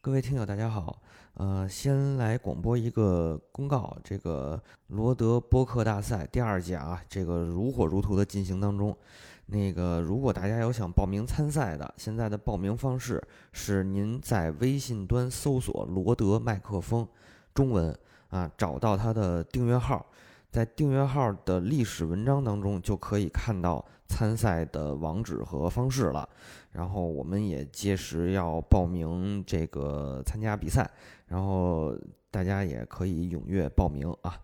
各位听友，大家好。先来广播一个公告，这个罗德播客大赛第二届啊，这个如火如荼的进行当中。如果大家有想报名参赛的，现在的报名方式是您在微信端搜索“罗德麦克风”中文啊，找到他的订阅号，在订阅号的历史文章当中就可以看到参赛的网址和方式了。然后我们也届时要报名这个参加比赛，然后大家也可以踊跃报名啊。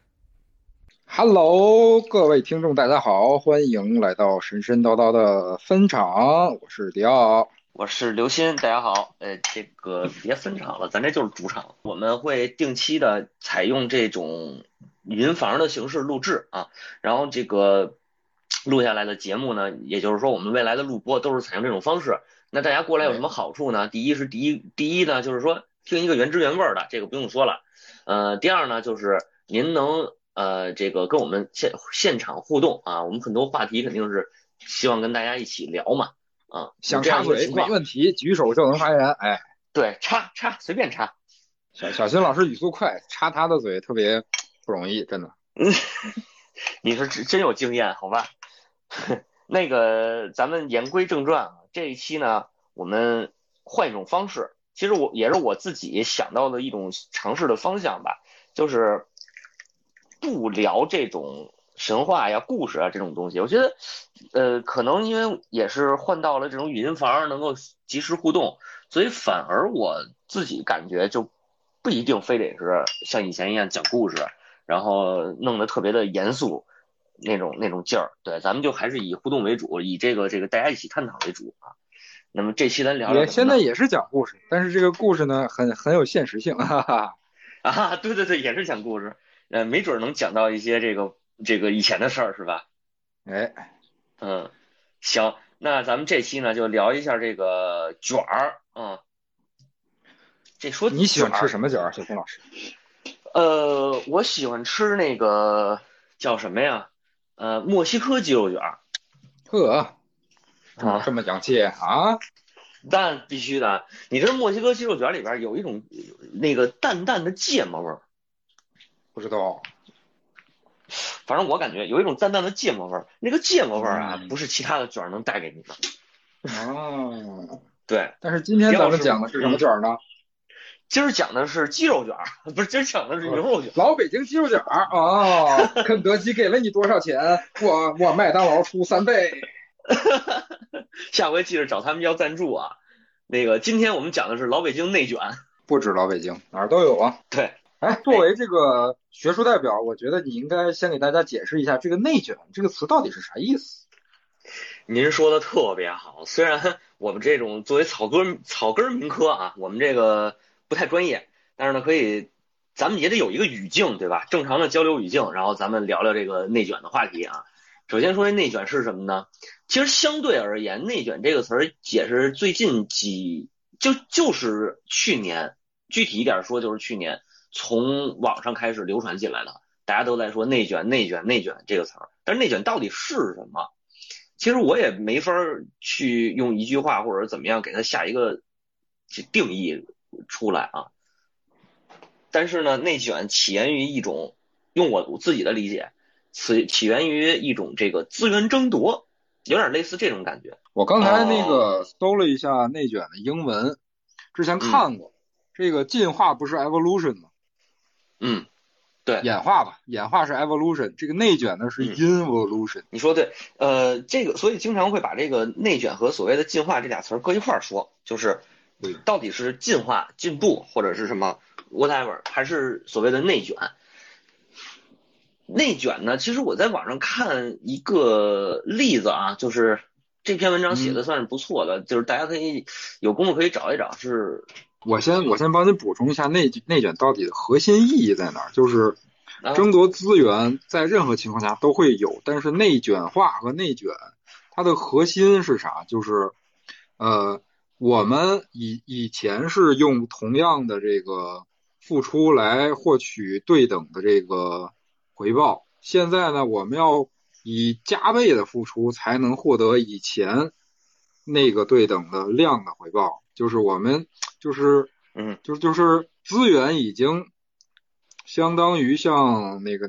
Hello，各位听众，大家好，欢迎来到神神叨叨的分场，我是迪奥。 我是刘鑫，大家好。这个别分场了，咱这就是主场。我们会定期的采用这种语音房的形式录制啊，然后这个录下来的节目呢，也就是说我们未来的录播都是采用这种方式。那大家过来有什么好处呢？第一呢，就是说听一个原汁原味的，这个不用说了。第二呢，就是您能这个跟我们现场互动啊，我们很多话题肯定是希望跟大家一起聊嘛。 想插嘴没问题，举手就能发言。哎， 对，插随便插。 小新老师语速快，插他的嘴特别不容易，真的。 你是真有经验，好吧？那个，咱们言归正传啊，这一期呢，我们换一种方式。其实也是我自己想到的一种尝试的方向吧，就是不聊这种神话呀、故事啊这种东西。我觉得，可能因为也是换到了这种语音房，能够及时互动，所以反而我自己感觉就不一定非得是像以前一样讲故事，然后弄得特别的严肃那种劲儿。对，咱们就还是以互动为主，以这个大家一起探讨为主啊。那么这期咱聊聊什么呢？ 现在也是讲故事，但是这个故事呢，很有现实性，哈哈。 啊，对对对，也是讲故事，没准能讲到一些这个以前的事儿，是吧？ 哎， 嗯，行，那咱们这期呢就聊一下这个卷儿。这说你喜欢吃卷儿， 什么卷儿，小新老师？ 我喜欢吃那个叫什么呀？墨西哥鸡肉卷儿呵，这么这啊， 么洋气啊？ 那必须的。你这墨西哥鸡肉卷里边有一种那个淡淡的芥末味儿， 不知道。 反正我感觉有一种淡淡的芥末味儿。那个芥末味儿啊， 嗯， 不是其他的卷儿能带给你的。 哦， 对， 但是今天咱们迪奥师傅， 讲的是什么卷儿呢？ 今儿讲的是鸡肉卷儿，不是今儿讲的是牛肉卷。 老北京鸡肉卷儿哦，肯德基给了你多少钱？我麦当劳出3倍。 下回记着找他们要赞助啊。那个，今天我们讲的是老北京内卷。 不止老北京，哪儿都有啊。 对， 哎，作哎， 为这个学术代表，我觉得你应该先给大家解释一下这个“内卷”这个词到底是啥意思。 您说的特别好。虽然我们这种作为草根民科啊，我们这个不太专业，但是呢，咱们也得有一个语境，对吧？正常的交流语境，然后咱们聊聊这个内卷的话题啊。首先说这内卷是什么呢？其实相对而言，内卷这个词儿解释最近就是去年，具体一点说就是去年从网上开始流传进来的，大家都在说内卷、内卷、内卷这个词儿。但是内卷到底是什么？其实我也没法去用一句话或者怎么样给它下一个定义出来啊。但是呢，内卷起源于一种，用我自己的理解，起源于一种这个资源争夺，有点类似这种感觉。 我刚才那哦， 个搜了一下内卷的英文，之前嗯看过。这个进化不是 evolution 吗？ 嗯，对， 演化吧，演化是 evolution，这个内卷呢是嗯， involution。 你说对，这个所以经常会把这个内卷和所谓的进化这俩词儿搁一块儿说，就是对， 到底是进化、进步或者是什么 whatever，还是所谓的内卷？内卷呢，其实我在网上看一个例子啊，就是这篇文章写的嗯， 算是不错的，就是大家可以有功夫可以找一找，是我先帮你补充一下内卷到底的核心意义在哪儿，就是啊， 争夺资源在任何情况下都会有，但是内卷化和内卷它的核心是啥？就是呃，我们以前是用同样的这个付出来获取对等的这个回报，现在呢，我们要以加倍的付出才能获得以前那个对等的量的回报，就是我们就是就是资源已经相当于像那个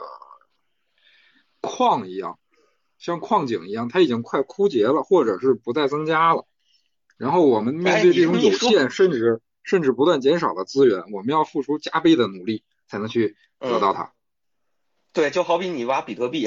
矿一样，像矿井一样，它已经快枯竭了，或者是不再增加了。然后我们面哎， 对你这种有这么一说， 限甚至不断减少的资源，我们要付出加倍的努力才能去得嗯， 到它。 对，就好比你挖比特币，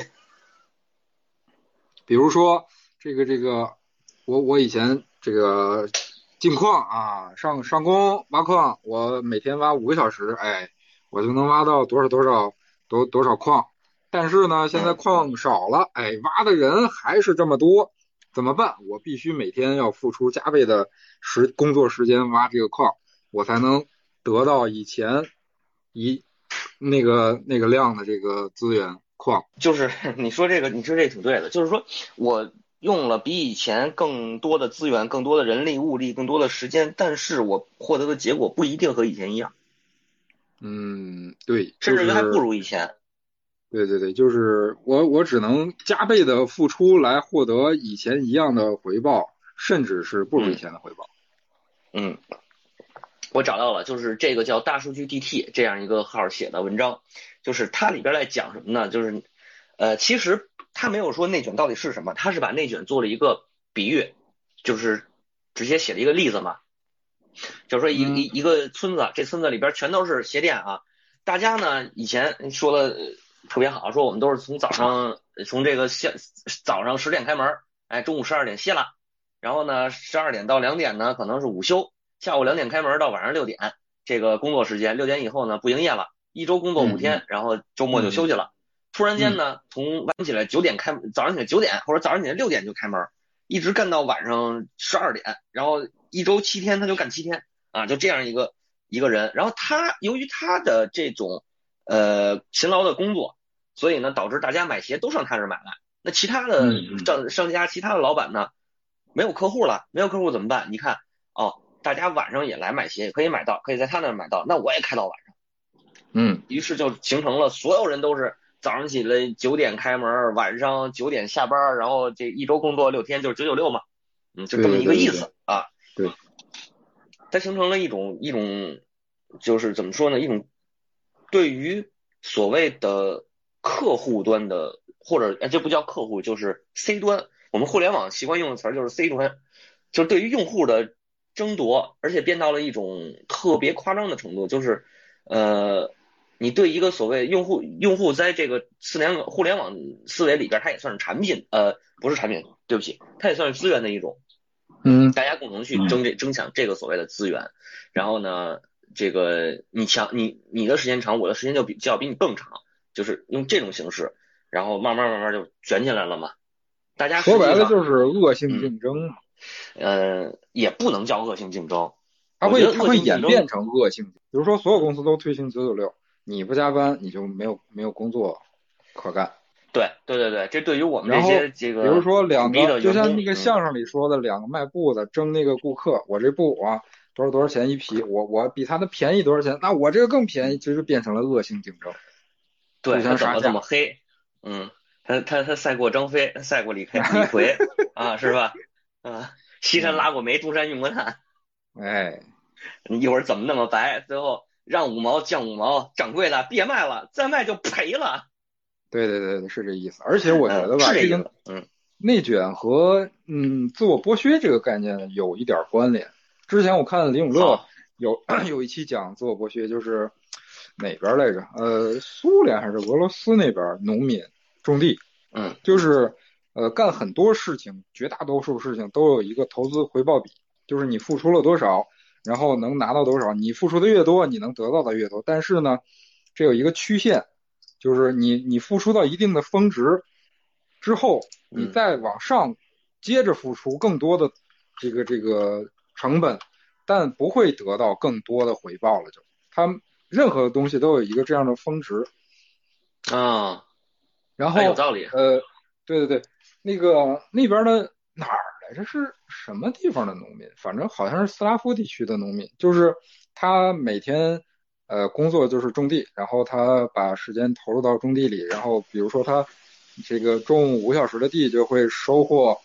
比如说这个，我以前这个进矿啊，上工挖矿，我每天挖5个小时，哎，我就能挖到多少矿。但是呢，现在嗯， 矿少了，哎，挖的人还是这么多，怎么办？我必须每天要付出加倍的工作时间挖这个矿，我才能得到以前一那个量的这个资源矿。 就是你说这挺对的，就是说我用了比以前更多的资源、更多的人力物力、更多的时间，但是我获得的结果不一定和以前一样， 嗯，对， 甚至于还不如以前。 对对对，就是我只能加倍的付出来获得以前一样的回报，甚至是不如以嗯前的回报。 嗯，我找到了，就是这个叫大数据 DT 这样一个号写的文章，就是它里边在讲什么呢？就是其实他没有说内卷到底是什么，他是把内卷做了一个比喻，就是直接写了一个例子嘛。就是说嗯， 一个村子，这村子里边全都是鞋店啊。大家呢以前说的特别好，说我们都是从这个早上10点开门，哎，中午12点歇了，然后呢12点到2点呢可能是午休，下午2点开门到晚上6点，这个工作时间6点以后呢不营业了，一周工作5天， 嗯嗯然后周末就休嗯息了。突然间嗯， 呢，从晚上起来9点早上起来9点或者早上起来6点就开门，一直干到晚上12点，然后一周7天他就干7天啊，就这样一个人。然后他由于他的这种勤劳的工作，所以呢导致大家买鞋都上他这儿买来。那其他的嗯商家、其他的老板呢，没有客户了，没有客户怎么办？你看哦，大家晚上也来买鞋，可以买到，可以在他那儿买到，那我也开到晚上。 嗯， 于是就形成了所有人都是早上起来9点开门，晚上9点下班，然后这一周工作6天，就是996嘛，就这么对对一个意对对对思啊。 对， 它形成了一种，就是怎么说呢？一种对于所谓的客户端的，或者这不叫客户，就是 C 端。我们互联网习惯用的词儿就是 C 端，就是对于用户的争夺，而且变到了一种特别夸张的程度，就是呃，你对一个所谓用户在这个互联网思维里边，它也算是产品，不是产品，对不起，它也算是资源的一种。 嗯大家共同去争抢这个所谓的资源，然后呢，这个你的时间长，我的时间就要比你更长，就是用这种形式，然后慢慢就卷起来了嘛。大家说白了实际上， 就是恶性嗯竞争嘛， 也不能叫恶性竞争， 它我觉得恶会它会性竞争， 演变成恶性。比如说，所有嗯， 公司都推行996，你不加班，你就没有工作可干。 对，这对于我们这然后些这比如个说两个， 苦逼的就员工， 像那个相声里说的，两个卖布的争那个顾客，我这布啊多少钱一匹，我比他的便宜多少钱，那我这个更便宜，其实变成了恶性竞争，互对他怎么这么相杀价。 黑，嗯，他赛过张飞，赛过李逵啊，是吧？啊，西山嗯， 拉过煤，东山用过炭， 哎， 你一会儿怎么那么白？最后让5毛降5毛，掌柜的别卖了，再卖就赔了。 对对对，是这意思。而且我觉得吧，这个是这意思。 内卷和自我剥削这个概念有一点关联。之前我看李永乐好， 有一期讲自我剥削，就是哪边来着？苏联还是俄罗斯那边农民种地， 嗯就是干很多事情，绝大多数事情都有一个投资回报比，就是你付出了多少，然后能拿到多少，你付出的越多，你能得到的越多。但是呢，这有一个曲线，就是你付出到一定的峰值之后，你嗯再往上接着付出更多的这个成本，但不会得到更多的回报了就。它任何东西都有一个这样的峰值， 啊， 然后有道理。 对对对，那边的哪儿来着？是什么地方的农民？反正好像是斯拉夫地区的农民，就是他每天工作就是种地，然后他把时间投入到种地里，然后比如说他这个种5个小时的地就会收获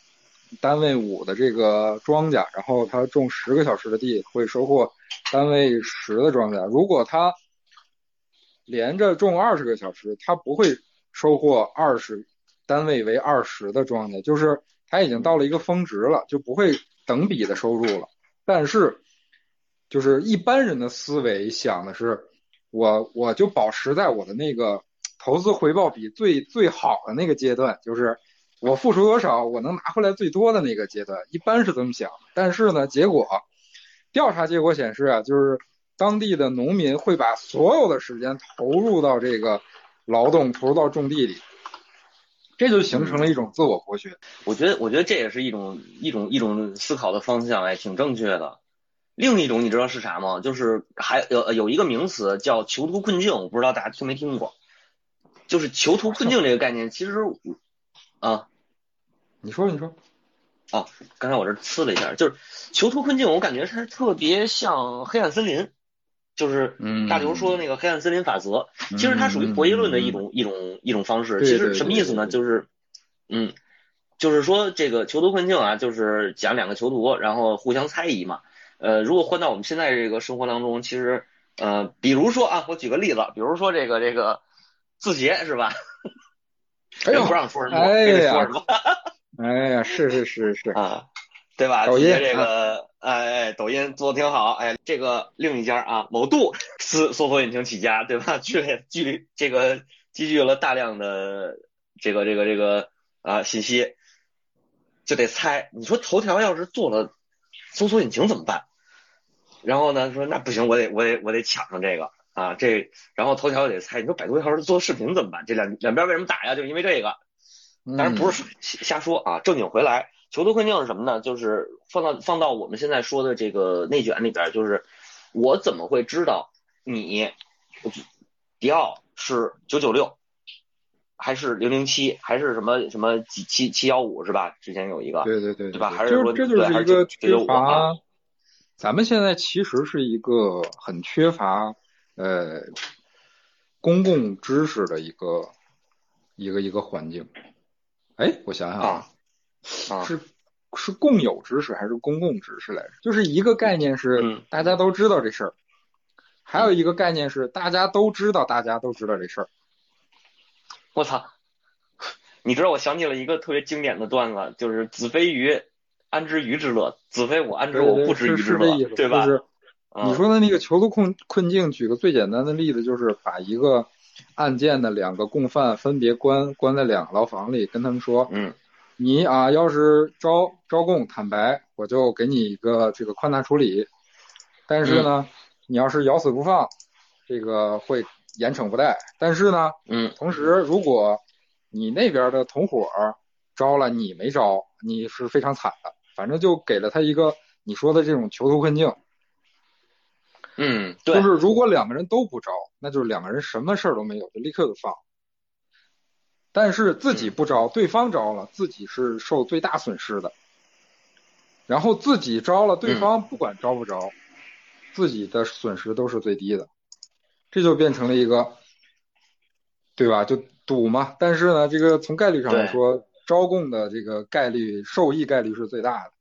单位5的这个庄稼，然后他种10个小时的地，会收获单位10的庄稼。如果他连着种20个小时，他不会收获单位为20的庄稼，就是他已经到了一个峰值了，就不会等比的收入了。但是就是一般人的思维想的是，我就保持在我的那个投资回报比最好的那个阶段，就是我付出多少我能拿回来最多的那个阶段，一般是这么想。但是呢，调查结果显示啊，就是当地的农民会把所有的时间投入到这个劳动，投入到种地里，这就形成了一种自我剥削。 我觉得这也是一种思考的方向，哎，挺正确的。另一种你知道是啥吗？就是还有一个名词叫囚徒困境，我不知道大家听没听过。就是囚徒困境这个概念，其实啊， 你说哦，刚才我这呲了一下，就是囚徒困境，我感觉它特别像黑暗森林，就是大刘说的那个黑暗森林法则，其实它属于博弈论的一种方式。其实什么意思呢？就是就是说这个囚徒困境啊，就是讲2个囚徒，然后互相猜疑嘛。如果换到我们现在这个生活当中，其实比如说啊，我举个例子，比如说这个字节是吧？ 哎呦， 不让说什么，非得说什么。 哎呀，是啊，对吧？ 抖音这个抖音做的挺好，哎，这个另一家啊，某度搜索引擎起家，对吧？这个积聚了大量的这个信息，就得猜。你说头条要是做了搜索引擎怎么办？然后呢，说那不行，我得抢上这个啊，然后头条也得猜。你说百度要是做视频怎么办？这两边为什么打呀？就因为这个。当然不是瞎说啊，正经回来，囚徒困境是什么呢？就是放到我们现在说的这个内卷里边，就是我怎么会知道你迪奥是996还是007还是什么715是吧？之前有一个对吧？还是说这就是一个缺 995 乏。咱们现在其实是一个很缺乏公共知识的一个环境。哎，我想想是共有知识还是公共知识来着？就是一个概念是大家都知道这事儿，还有一个概念是大家都知道这事儿。 我操！你知道我想起了一个特别经典的段子，就是子非鱼，安知鱼之乐？子非我，安知我不知鱼之乐？对吧？ 就是你说的那个囚徒困境，举个最简单的例子，就是把一个案件的2个共犯分别关在2个牢房里，跟他们说，你啊，要是招供坦白，我就给你一个这个宽大处理，但是呢，你要是咬死不放，这个会严惩不贷。但是呢，同时如果你那边的同伙招了，你没招，你是非常惨的。反正就给了他一个你说的这种囚徒困境。 对， 就是如果2个人都不招，那就是2个人什么事儿都没有，就立刻就放。但是自己不招，对方招了，自己是受最大损失的。然后自己招了，对方不管招不招，自己的损失都是最低的。这就变成了一个，对吧？就赌嘛。但是呢，这个从概率上来说，招供的这个受益概率是最大的。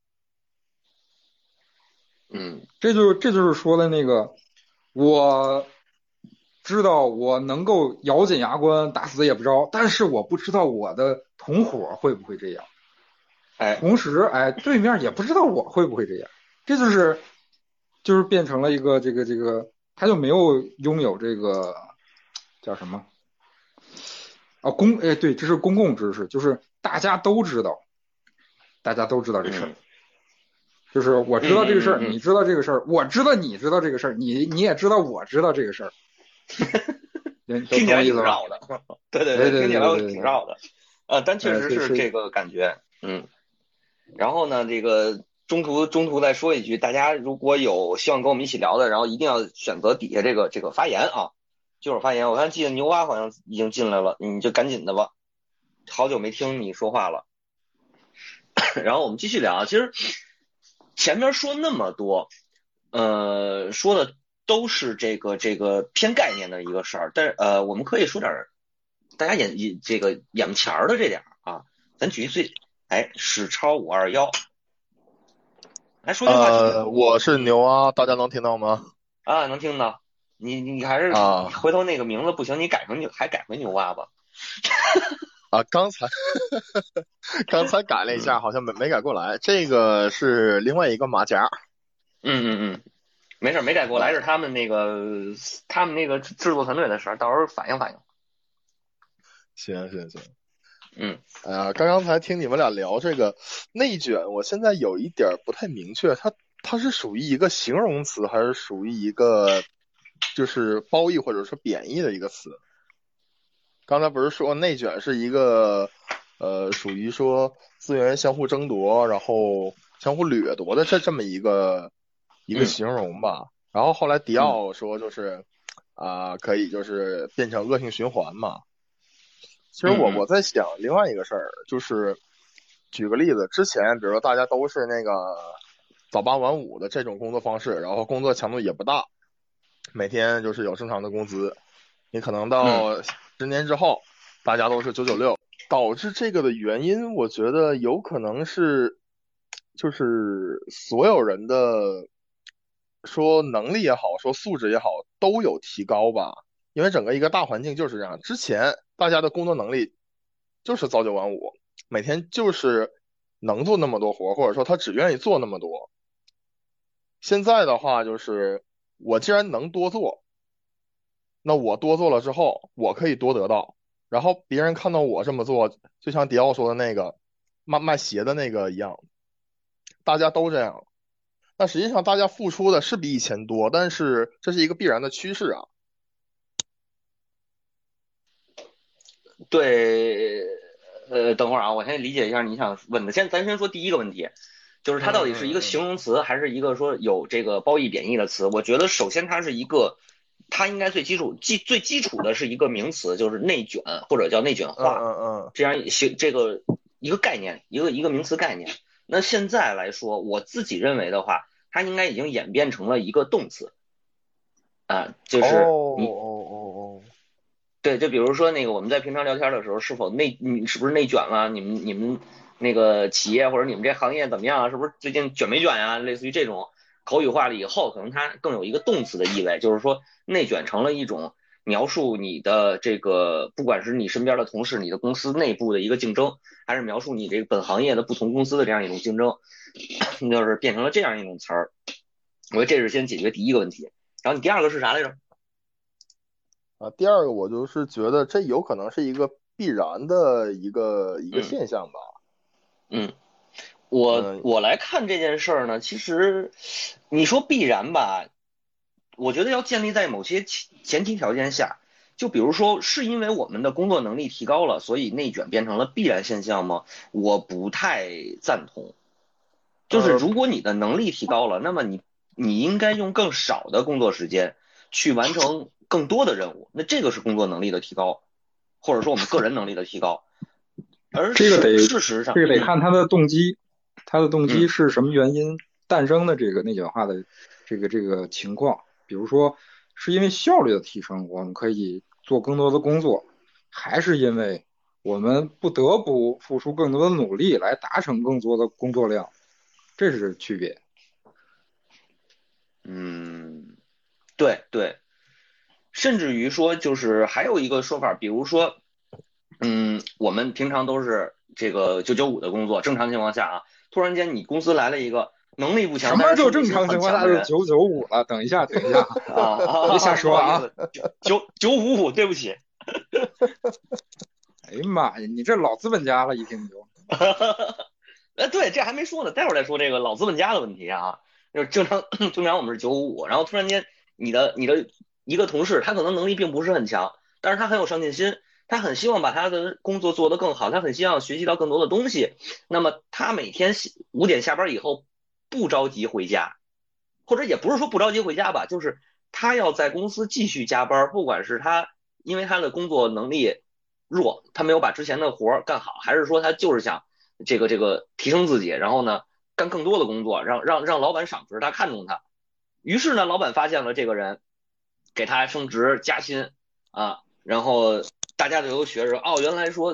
这就是说的那个，我知道我能够咬紧牙关打死也不招，但是我不知道我的同伙会不会这样。同时对面也不知道我会不会这样。这就是变成了一个这个，他就没有拥有这个叫什么啊对，这是公共知识，就是大家都知道这事儿。就是我知道这个事儿，你知道这个事儿，我知道你知道这个事儿，你也知道我知道这个事儿。 听起来挺绕的，对，听起来挺绕的。但确实是这个感觉。然后呢，这个中途再说一句，大家如果有希望跟我们一起聊的，然后一定要选择底下这个发言啊，举手发言。我看记得牛蛙好像已经进来了，你就赶紧的吧，好久没听你说话了。然后我们继续聊啊，其实前面说那么多，说的都是这个偏概念的一个事儿，但是我们可以说点大家眼前的这点啊，咱举一哎，史超521，来说句话听听我是牛啊，大家能听到吗？ 啊，能听到。你还是啊回头那个名字不行，你改回牛蛙吧。 刚才刚才改了一下，好像没改过来，这个是另外一个马甲。 嗯，没事，没改过来是啊， 他们那个制作团队的事儿，到时候反映反映。 行， 嗯刚才听你们俩聊这个内卷，我现在有一点不太明确，它是属于一个形容词，还是属于一个就是褒义或者说贬义的一个词？刚才不是说内卷是一个属于说资源相互争夺，然后相互掠夺的这么一个嗯形容吧。然后后来迪嗯奥说就是可以就是变成恶性循环嘛。其实我嗯在想另外一个事儿，就是举个例子，之前比如说大家都是那个早八晚五的这种工作方式，然后工作强度也不大，每天就是有正常的工资。你可能嗯到10年之后，大家都是996，导致这个的原因，我觉得有可能是就是所有人的说能力也好，说素质也好，都有提高吧。因为整个一个大环境就是这样，之前大家的工作能力就是早九晚五，每天就是能做那么多活，或者说他只愿意做那么多。现在的话就是我既然能多做，那我多做了之后，我可以多得到，然后别人看到我这么做，就像迪奥说的那个卖鞋的那个一样，大家都这样。那实际上大家付出的是比以前多，但是这是一个必然的趋势啊。 对，等会儿啊，我先理解一下你想问的。咱先说第一个问题，就是它到底是一个嗯形容词，还是一个说有这个褒义贬义的词？我觉得首先它是一个，它应该最基础的是一个名词，就是内卷或者叫内卷嗯化， 嗯这样这个一个概念，一个名词概念。那现在来说，我自己认为的话，它应该已经演变成了一个动词啊，就是你。 哦， 对，就比如说那个我们在平常聊天的时候，你是不是内卷了？你们那个企业或者你们这行业怎么样啊？是不是最近卷没卷呀？类似于这种口语化了以后，可能它更有一个动词的意味，就是说内卷成了一种描述你的这个，不管是你身边的同事、你的公司内部的一个竞争，还是描述你这个本行业的不同公司的这样一种竞争，就是变成了这样一种词儿。我觉得这是先解决第一个问题。然后你第二个是啥来着？ 第二个我就是觉得这有可能是一个必然的一个嗯现象吧。 嗯。我嗯， 我来看这件事儿呢，其实你说必然吧，我觉得要建立在某些前提条件下，就比如说是因为我们的工作能力提高了，所以内卷变成了必然现象吗？我不太赞同。就是呃， 如果你的能力提高了，那么你应该用更少的工作时间去完成更多的任务，那这个是工作能力的提高，或者说我们个人能力的提高。而这个得事实上， 看他的动机，他的动机嗯是什么原因诞生的这个内卷化的这个情况。比如说，是因为效率的提升，我们可以做更多的工作，还是因为我们不得不付出更多的努力来达成更多的工作量，这是区别。 嗯，对，甚至于说，就是还有一个说法，比如说，我们平常都是这个995的工作，正常情况下啊，突然间你公司来了一个能力不强，但什么就正是上进心常情况下就很强的人 995了？等一下，别瞎不好意说啊！ 思，955，对不起。 哎呀妈呀，你这老资本家了，一听就。 对，这还没说呢，待会儿再说这个老资本家的问题啊。就是正常我们是955，然后突然间你的一个同事，他可能能力并不是很强，但是他很有上进心，他很希望把他的工作做得更好，他很希望学习到更多的东西。那么他每天5点下班以后不着急回家，或者也不是说不着急回家吧，就是他要在公司继续加班，不管是他因为他的工作能力弱，他没有把之前的活干好，还是说他就是想这个提升自己，然后呢干更多的工作，让老板赏识他，看中他。于是呢，老板发现了这个人，给他升职加薪啊，然后大家就都学着哦，原来说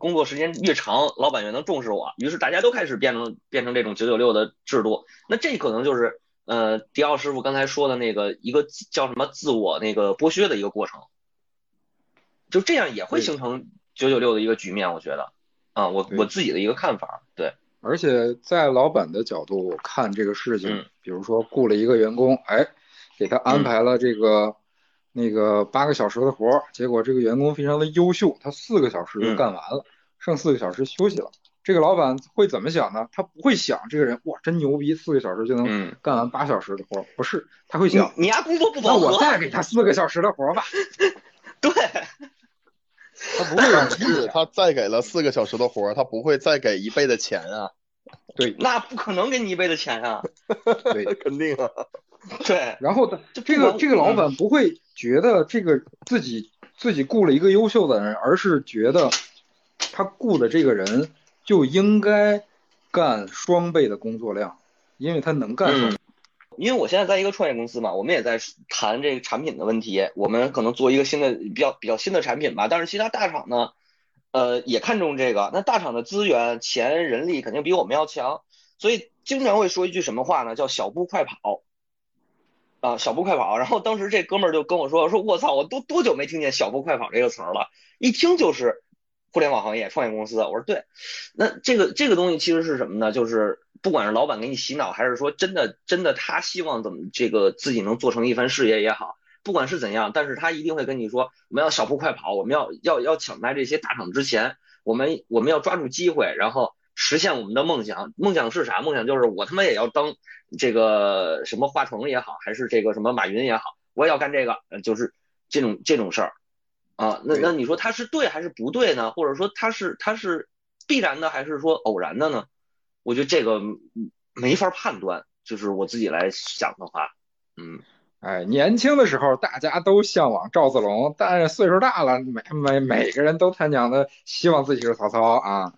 工作时间越长，老板越能重视我，于是大家都开始变成这种996的制度。那这可能就是迪奥师傅刚才说的那个一个叫什么自我那个剥削的一个过程，就这样也会形成996的一个局面，我觉得啊，我自己的一个看法，对。 而且在老板的角度看这个事情，比如说雇了一个员工，哎，给他安排了那个8个小时的活，结果这个员工非常的优秀，他4个小时就干完了，剩4个小时休息了。这个老板会怎么想呢？他不会想这个人哇真牛逼，4个小时就能干完8小时的活，不是，他会想你工作不饱和， 那我再给他4个小时的活吧。 对。 他不会让是他再给了4个小时的活，他不会再给1倍的钱啊。 对， 那不可能给你1倍的钱啊。 对， 肯定啊。 对， 然后这个老板不会觉得这个自己雇了一个优秀的人，而是觉得他雇的这个人就应该干双倍的工作量，因为他能干双倍。 因为我现在在一个创业公司嘛，我们也在谈这个产品的问题，我们可能做一个比较新的产品吧，但是其他大厂呢，也看重这个，那大厂的资源、钱、人力肯定比我们要强，所以经常会说一句什么话呢，叫小步快跑。小步快跑。然后当时这哥们儿就跟我说我操，我都多久没听见小步快跑这个词儿了，一听就是互联网行业创业公司。我说对，那这个东西其实是什么呢？就是不管是老板给你洗脑，还是说真的他希望这个自己能做成一番事业也好，不管是怎样，但是他一定会跟你说，我们要小步快跑，我们要抢在这些大厂之前，我们要抓住机会，然后实现我们的梦想。梦想是啥？梦想就是我他妈也要当这个什么华腾也好，还是这个什么马云也好，我也要干这个，就是这种事儿啊。那你说他是对还是不对呢？或者说他是必然的还是说偶然的呢？我觉得这个没法判断，就是我自己来想的话， 年轻的时候大家都向往赵子龙，但是岁数大了，每个人都他娘的希望自己是曹操啊。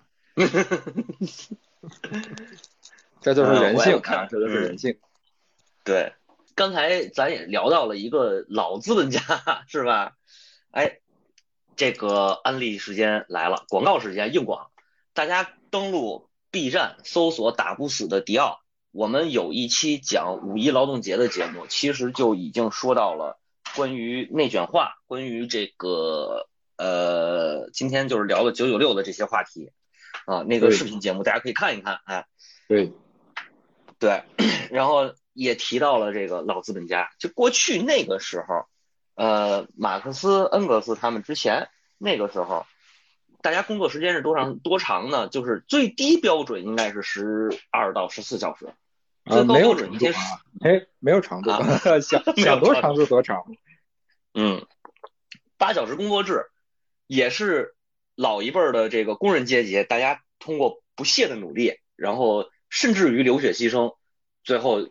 这就是人性啊，这就是人性。 对，刚才咱也聊到了一个老资本家，是吧？哎，这个安利时间来了，广告时间硬广，大家登录 B 站搜索打不死的迪奥，我们有一期讲5·1劳动节的节目，其实就已经说到了关于内卷化，关于这个今天就是聊了996的这些话题啊，那个视频节目大家可以看一看，哎，对，然后也提到了这个老资本家，就过去那个时候，马克思、恩格斯他们之前那个时候，大家工作时间是多长呢？就是最低标准应该是12到14小时，最高标准一天没有长度，想多长就多长。 8小时工作制也是老一辈的这个工人阶级，大家通过不懈的努力，然后甚至于流血牺牲，最后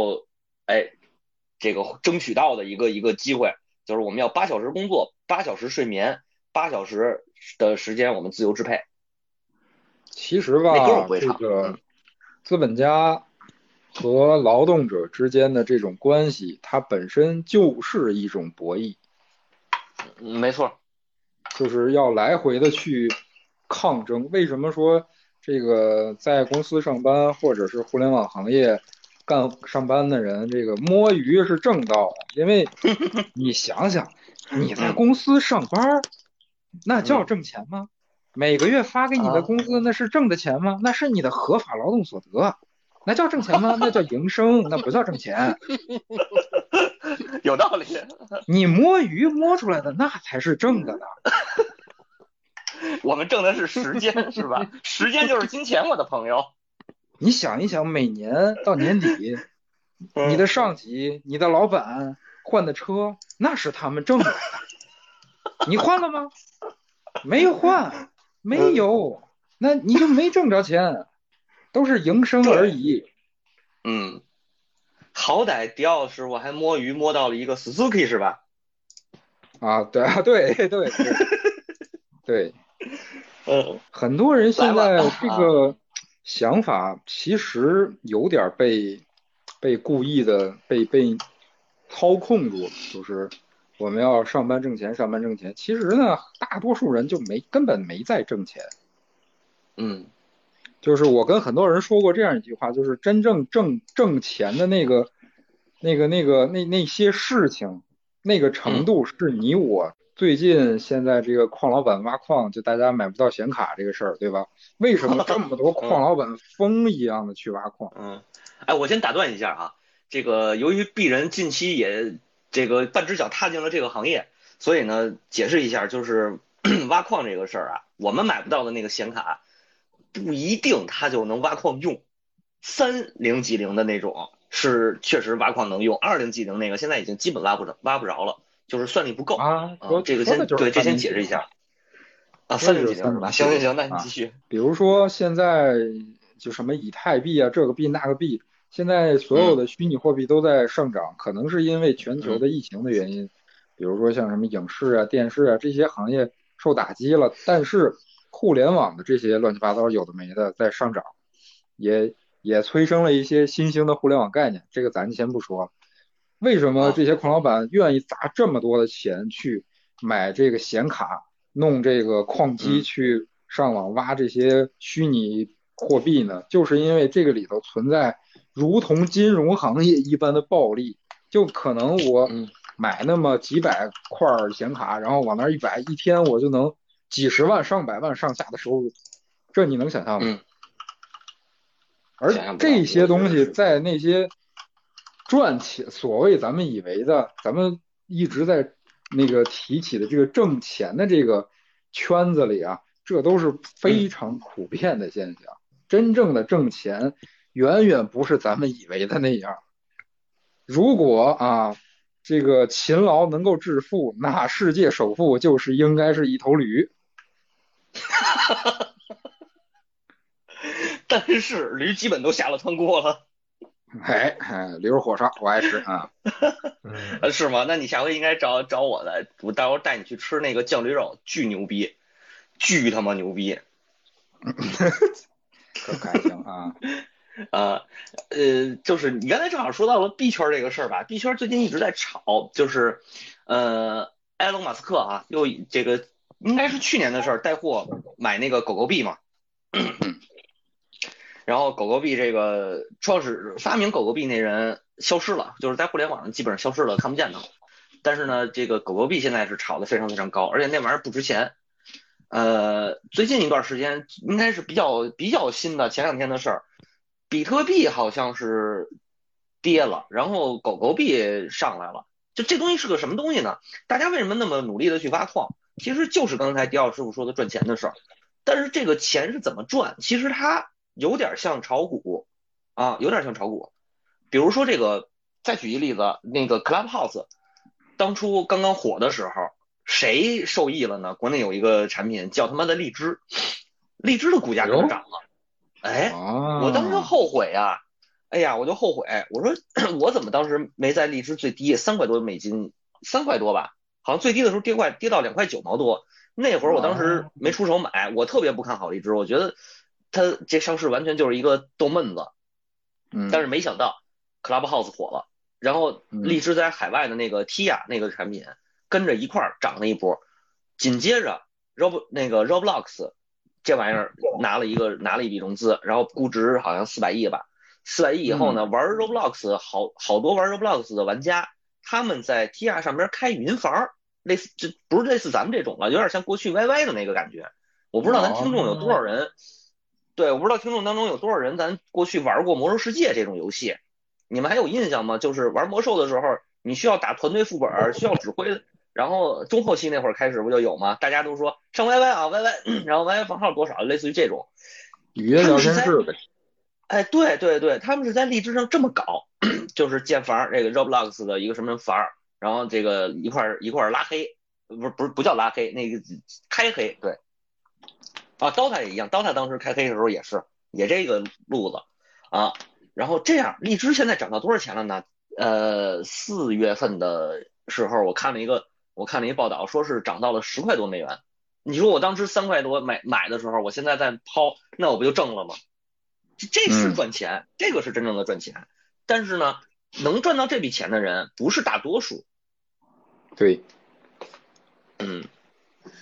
这个争取到的一个机会，就是我们要8小时工作，8小时睡眠，8小时的时间我们自由支配。 其实吧，这个资本家和劳动者之间的这种关系，它本身就是一种博弈。 没错， 就是要来回的去抗争。为什么说这个在公司上班或者是互联网行业上班的人，这个摸鱼是正道的？因为你想想，你在公司上班，那叫挣钱吗？每个月发给你的工资，那是挣的钱吗？那是你的合法劳动所得，那叫挣钱吗？那叫营生，那不叫挣钱。 有道理。 你摸鱼摸出来的那才是挣的呢。 我们挣的是时间，是吧？时间就是金钱，我的朋友。 你想一想，每年到年底，你的上级、你的老板换的车，那是他们挣来的。你换了吗？没有换，没有，那你就没挣着钱，都是营生而已。 好歹迪奥师傅还摸鱼摸到了一个 Suzuki 是吧？ 对，很多人现在这个想法其实有点被故意的被操控住了，就是我们要上班挣钱，上班挣钱。其实呢，大多数人就根本没在挣钱。 嗯就是我跟很多人说过这样一句话，就是真正挣钱的那些事情，那个程嗯度是你我最近现在这个矿老板挖矿，就大家买不到显卡这个事儿，对吧？为什么这么多矿嗯老板疯一样的去挖矿？ 嗯，哎，我先打断一下啊，这个由于鄙人近期也这个半只脚踏进了这个行业，所以呢，解释一下，就是挖矿这个事儿啊，我们买不到的那个显卡，不一定它就能挖矿用。3090的那种是确实挖矿能用，2090那个现在已经基本挖不着了，就是算力不够啊， 啊。 说这个说的就是先对，这先三零几零嘛， 解释一下啊。 说的就是 3090是吧？ 三零几零行行行，那你继啊。 续。 比如说现在就什么以太币啊，这个币那个币，现在所有嗯的虚拟货币都在上涨，可能是因为全球嗯的疫情的原因，比如说像什么影视啊、电视啊这些行业受打击了，但是互联网的这些乱七八糟有的没的在上涨，也催生了一些新兴的互联网概念，这个咱先不说了。为什么啊这些矿老板愿意砸这么多的钱去买这个显卡，弄这个矿机嗯去上网挖这些虚拟货币呢？就是因为这个里头存在如同金融行业一般的暴利，就可能我嗯买那么几百块显卡，然后往那儿一摆，一天我就能几十万、上百万上下的收入，这你能想象吗？ 嗯，想而象不到， 这些我觉东西得是在那些赚钱，所谓咱们以为的，咱们一直在那个提起的这个挣钱的这个圈子里啊，这都是嗯非常普遍的现象。真正的挣钱，远远不是咱们以为的那样。如果啊，这个勤劳能够致富，那世界首富就是应该是一头驴。 但是驴基本都下了汤锅了。 哎，驴肉火烧我爱吃啊。 嗯， 是吗？那你下回应该找我来，我到时候带你去吃那个酱驴肉，巨牛逼，巨他妈牛逼可还行啊。 啊！就是你刚才正好说到了币圈这个事儿吧，币圈最近一直在炒，就是埃隆马斯克啊，又这个应该是去年的事儿，带货买那个狗狗币嘛，然后狗狗币这个创始发明狗狗币那人消失了，就是在互联网上基本上消失了，看不见他了。但是呢，这个狗狗币现在是炒得非常非常高，而且那玩意儿不值钱。最近一段时间应该是比较新的，前2天的事儿，比特币好像是跌了，然后狗狗币上来了。就这东西是个什么东西呢？大家为什么那么努力的去挖矿？其实就是刚才迪奥师傅说的赚钱的事儿。但是这个钱是怎么赚？其实它有点像炒股啊，有点像炒股。比如说这个，再举一例子，那个 Clubhouse 当初刚刚火的时候，谁受益了呢？国内有一个产品叫他妈的荔枝，荔枝的股价跟着哟涨了。哎，我当时啊， 后悔啊，哎呀，我就后悔，我说我怎么当时没在荔枝最低$3.多，3块多吧，好像最低的时候跌到2.9毛多。那会儿我当时没出手买，我特别不看好荔枝，我觉得它这上市完全就是一个逗闷子。但是嗯没想到 Clubhouse 火了，然后荔嗯， 枝在海外的那个 Tia 那个产品跟着一块儿涨了一波，紧接着 Roblox 这玩意儿拿了一笔融资，然后估值好像400亿吧，400亿以后呢，玩 Roblox 好多玩 Roblox 的玩家，他们在 Tia 上边开云房，类似就不是类似咱们这种了，有点像过去 YY 的那个感觉。我不知道咱听众有多少哦， 人，对，我不知道听众当中有多少人咱过去玩过《魔兽世界》这种游戏，你们还有印象吗？就是玩魔兽的时候，你需要打团队副本，需要指挥，然后中后期那会儿开始不就有吗？大家都说上 YY 啊 YY，然后 YY 房号多少，类似于这种。 语音聊他们是在， 天室呗。 哎，对对对，他们是在荔枝上这么搞，就是建房这个 Roblox 的一个什么房，然后这个一块拉黑，不叫拉黑，那个开黑，对啊，DOTA 也一样，DOTA 当时开黑的时候也这个路子啊。然后这样，荔枝现在涨到多少钱了呢？4月份的时候，我看了一报道，说是涨到了$10.多。你说我当时3块多买的时候，我现在再抛，那我不就挣了吗？这是嗯， 赚钱，这个是真正的赚钱。但是呢，能赚到这笔钱的人不是大多数。 对， 嗯，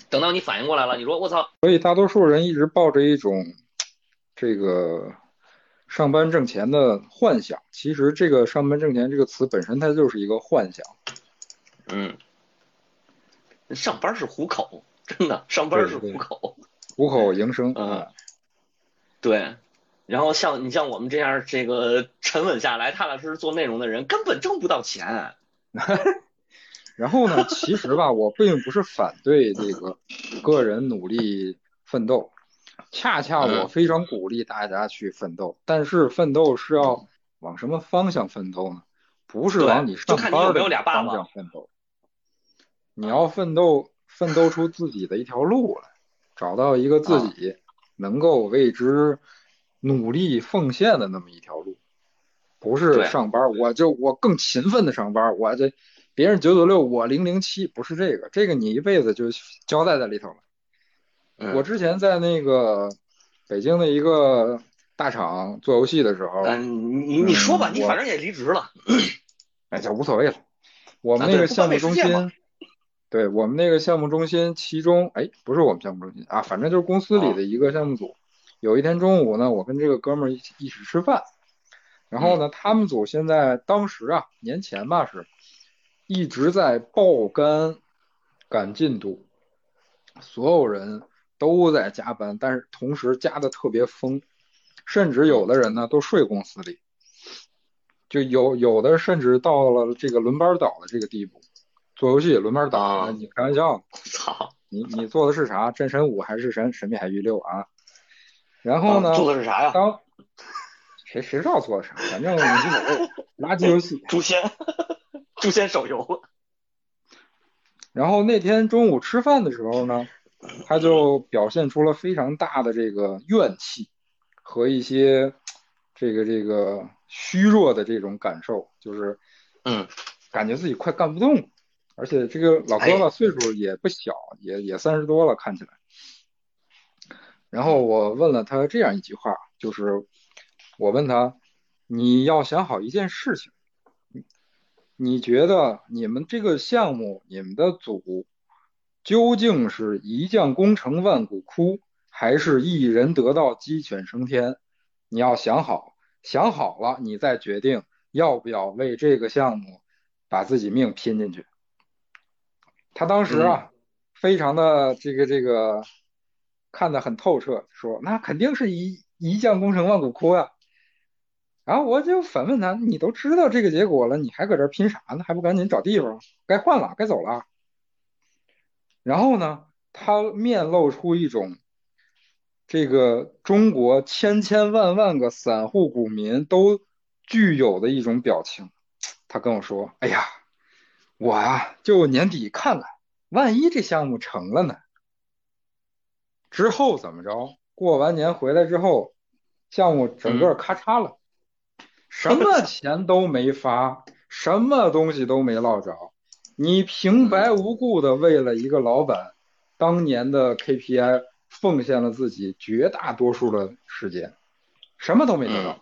等到你反应过来了，你说我操， 所以大多数人一直抱着一种这个上班挣钱的幻想，其实这个上班挣钱这个词本身它就是一个幻想。 嗯，上班是糊口，真的，上班是糊对对， 口。 糊口营生啊。 对。然后你像我们这样这个沉稳下来、踏踏实实做内容的人，根本挣不到钱。 然后呢，其实吧，我并不是反对这个个人努力奋斗，恰恰我非常鼓励大家去奋斗，但是奋斗是要往什么方向奋斗呢？不是往对， 你就上班的看你有没有俩爸方向爸。 奋斗，你要奋斗，奋斗出自己的一条路来，找到一个自己能够为之努力奉献的那么一条路。不是对， 上班，我更勤奋的上班，我这别人996，我007，不是这个，这个你一辈子就交代在里头了。我之前在那个北京的一个大厂做游戏的时候， 你说吧，你反我正也离职了。 哎就无所谓了。我们那对，不关个项目美世界嘛。 中心，对我们那个项目中心，其中哎不是我们项目中心啊，反正就是公司里的一个项目组。有一天中午呢，我跟这个哥们儿一起吃饭。然后呢，他们组现在当时啊，年前吧是一直在爆肝赶进度，所有人都在加班，但是同时加的特别疯，甚至有的人呢都睡公司里，就有的甚至到了这个轮班倒的这个地步，做游戏轮班倒，你开玩笑？ 操！ 你做的是啥？真神5还是神秘海域6啊？然后呢， 做的是啥呀？ 当谁知道做的啥？反正无所谓，垃圾游戏。 诛仙，诛仙手游。 然后那天中午吃饭的时候呢，他就表现出了非常大的这个怨气和一些这个虚弱的这种感受，就是感觉自己快干不动了，而且这个老哥吧岁数也不小，也30多了看起来。然后我问了他这样一句话，就是我问他，你要想好一件事情，你觉得你们这个项目，你们的组究竟是一将功成万骨枯，还是一人得道鸡犬升天？你要想好，想好了，你再决定要不要为这个项目把自己命拼进去。他当时啊，非常的这个看得很透彻，说那肯定是一将功成万骨枯呀。然后我就反问他，你都知道这个结果了，你还搁这拼啥呢？还不赶紧找地方，该换了，该走了。然后呢，他面露出一种这个中国千千万万个散户股民都具有的一种表情。他跟我说：“哎呀，我呀就年底看看，万一这项目成了呢？之后怎么着？过完年回来之后，项目整个咔嚓了。”什么钱都没发，什么东西都没落着，你平白无故的为了一个老板当年的 KPI 奉献了自己绝大多数的时间，什么都没得到。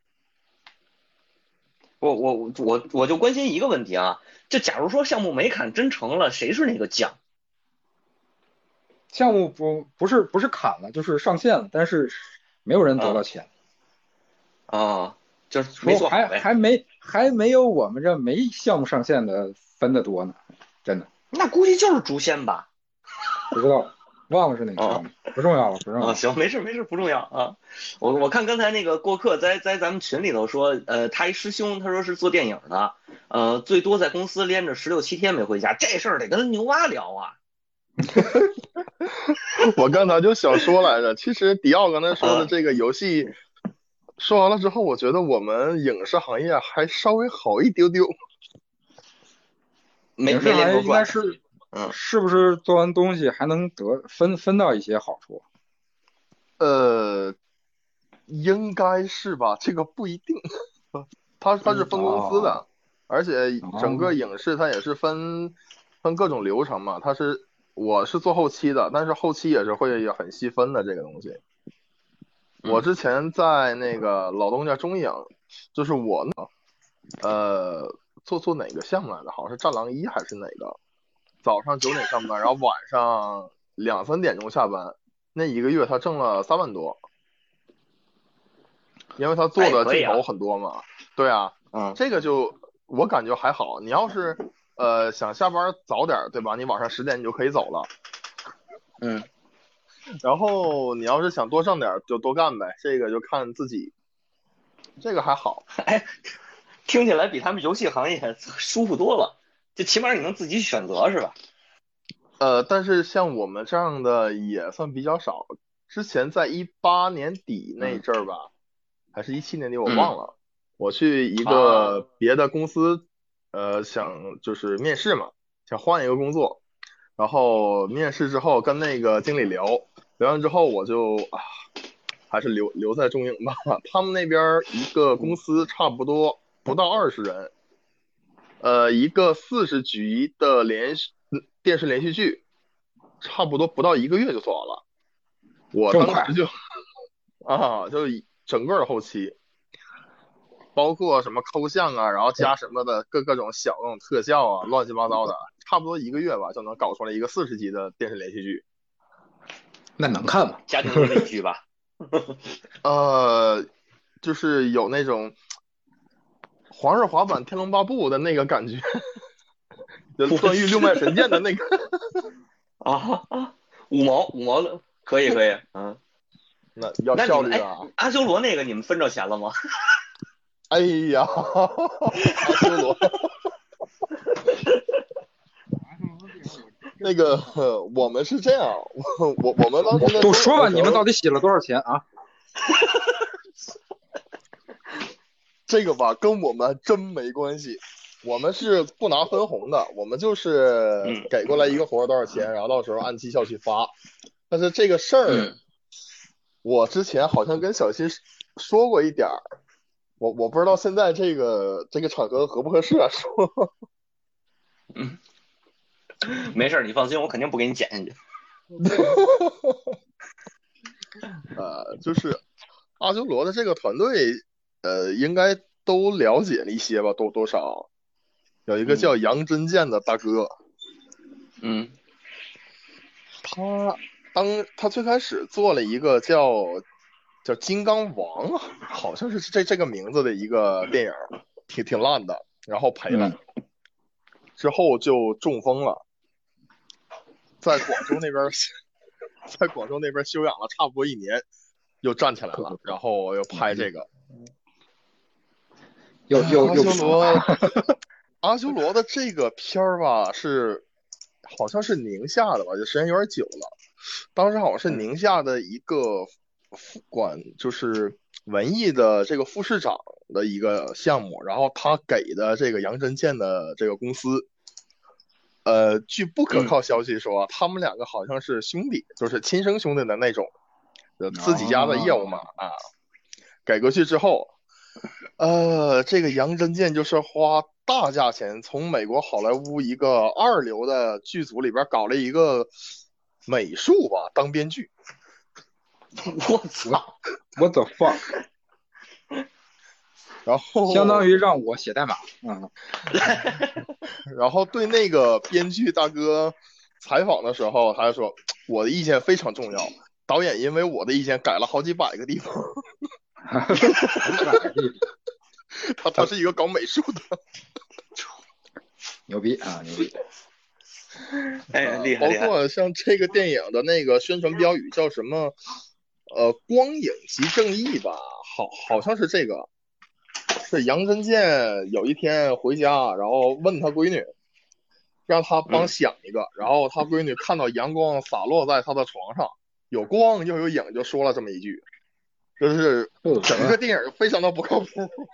我就关心一个问题啊，就假如说项目没砍真成了，谁是那个将？ 项目不是砍了，就是上线了，但是没有人得到钱。 就是没做好呗。 还没有我们这没项目上线的分的多呢，真的。 那估计就是诛仙吧？ 不知道，忘了是哪个项目，不重要了，不重要了。 行，没事，不重要啊。我看刚才那个过客在咱们群里头说，他一师兄，他说是做电影的，最多在公司连着16、17天没回家，这事儿得跟牛蛙聊啊。 我刚才就想说来着，其实迪奥刚才说的这个游戏说完了之后，我觉得我们影视行业还稍微好一丢丢。 影视行业应该是不是做完东西还能分到一些好处？ 应该是吧，这个不一定。它是分公司的，而且整个影视它也是分各种流程嘛。我是做后期的，但是后期也是会很细分的这个东西。我之前在那个老东家中影，就是我呢，做哪个项目来的？好像是《战狼1》还是哪个？早上9点上班，然后晚上 2、3点钟下班，那一个月他挣了3万多，因为他做的镜头很多嘛。对啊，这个就我感觉还好。你要是想下班早点，对吧？你晚上10点你就可以走了。然后你要是想多挣点就多干呗，这个就看自己。这个还好。 哎，听起来比他们游戏行业舒服多了，就起码你能自己选择是吧？ 但是像我们这样的也算比较少。之前在18年底那阵儿吧，还是17年底我忘了，我去一个别的公司，想就是面试嘛，想换一个工作，然后面试之后跟那个经理聊完之后，我就还是留在中影吧。他们那边一个公司差不多不到20人，一个40集的电视连续剧，差不多不到1个月就做完了。我当时就就整个的后期，包括什么抠像啊，然后加什么的各种小那种特效啊，乱七八糟的，差不多1个月吧就能搞出来一个40集的电视连续剧。 那能看吗？ 家庭伦理剧吧。 就是有那种黄日华版天龙八部的那个感觉，就段誉六脉神剑的那个。 五毛的可以， 那要效率啊！ 阿修罗那个你们分着钱了吗？ 哎呀，阿修罗，那个我们是这样，我们当时都说吧，你们到底洗了多少钱啊？ 这个吧，跟我们真没关系，我们是不拿分红的，我们就是给过来一个活多少钱，然后到时候按绩效去发。但是这个事儿，我之前好像跟小新说过一点儿，我不知道现在这个场合合不合适啊说。 没事，你放心，我肯定不给你剪进去。 就是阿修罗的这个团队，应该都了解一些吧，多少。有一个叫杨真剑的大哥，他最开始做了一个叫金刚王啊，好像是这个名字的一个电影，挺烂的，然后赔了，之后就中风了，在广州那边休养了差不多1年，又站起来了，然后又拍这个。阿修罗的这个片儿吧，好像是宁夏的吧，就时间有点久了。当时好像是宁夏的一个就是文艺的这个副市长的一个项目，然后他给的这个杨真剑的这个公司，据不可靠消息说，他们2个好像是兄弟，就是亲生兄弟的那种，自己家的业务嘛给过去之后，这个杨真剑就是花大价钱从美国好莱坞一个2流的剧组里边搞了一个美术吧当编剧。 我操 ，What the fuck！ 然后相当于让我写代码。 然后对那个编剧大哥采访的时候，他就说我的意见非常重要，导演因为我的意见改了好几百个地方。他是一个搞美术的。 牛逼啊，牛逼！ 哎，厉害！ 包括像这个电影的那个宣传标语叫什么？光影即正义吧，好像是这个。是杨真剑有一天回家，然后问他闺女，让他帮想一个，然后他闺女看到阳光洒落在他的床上，有光又有影，就说了这么一句，就是整个电影非常的不靠谱。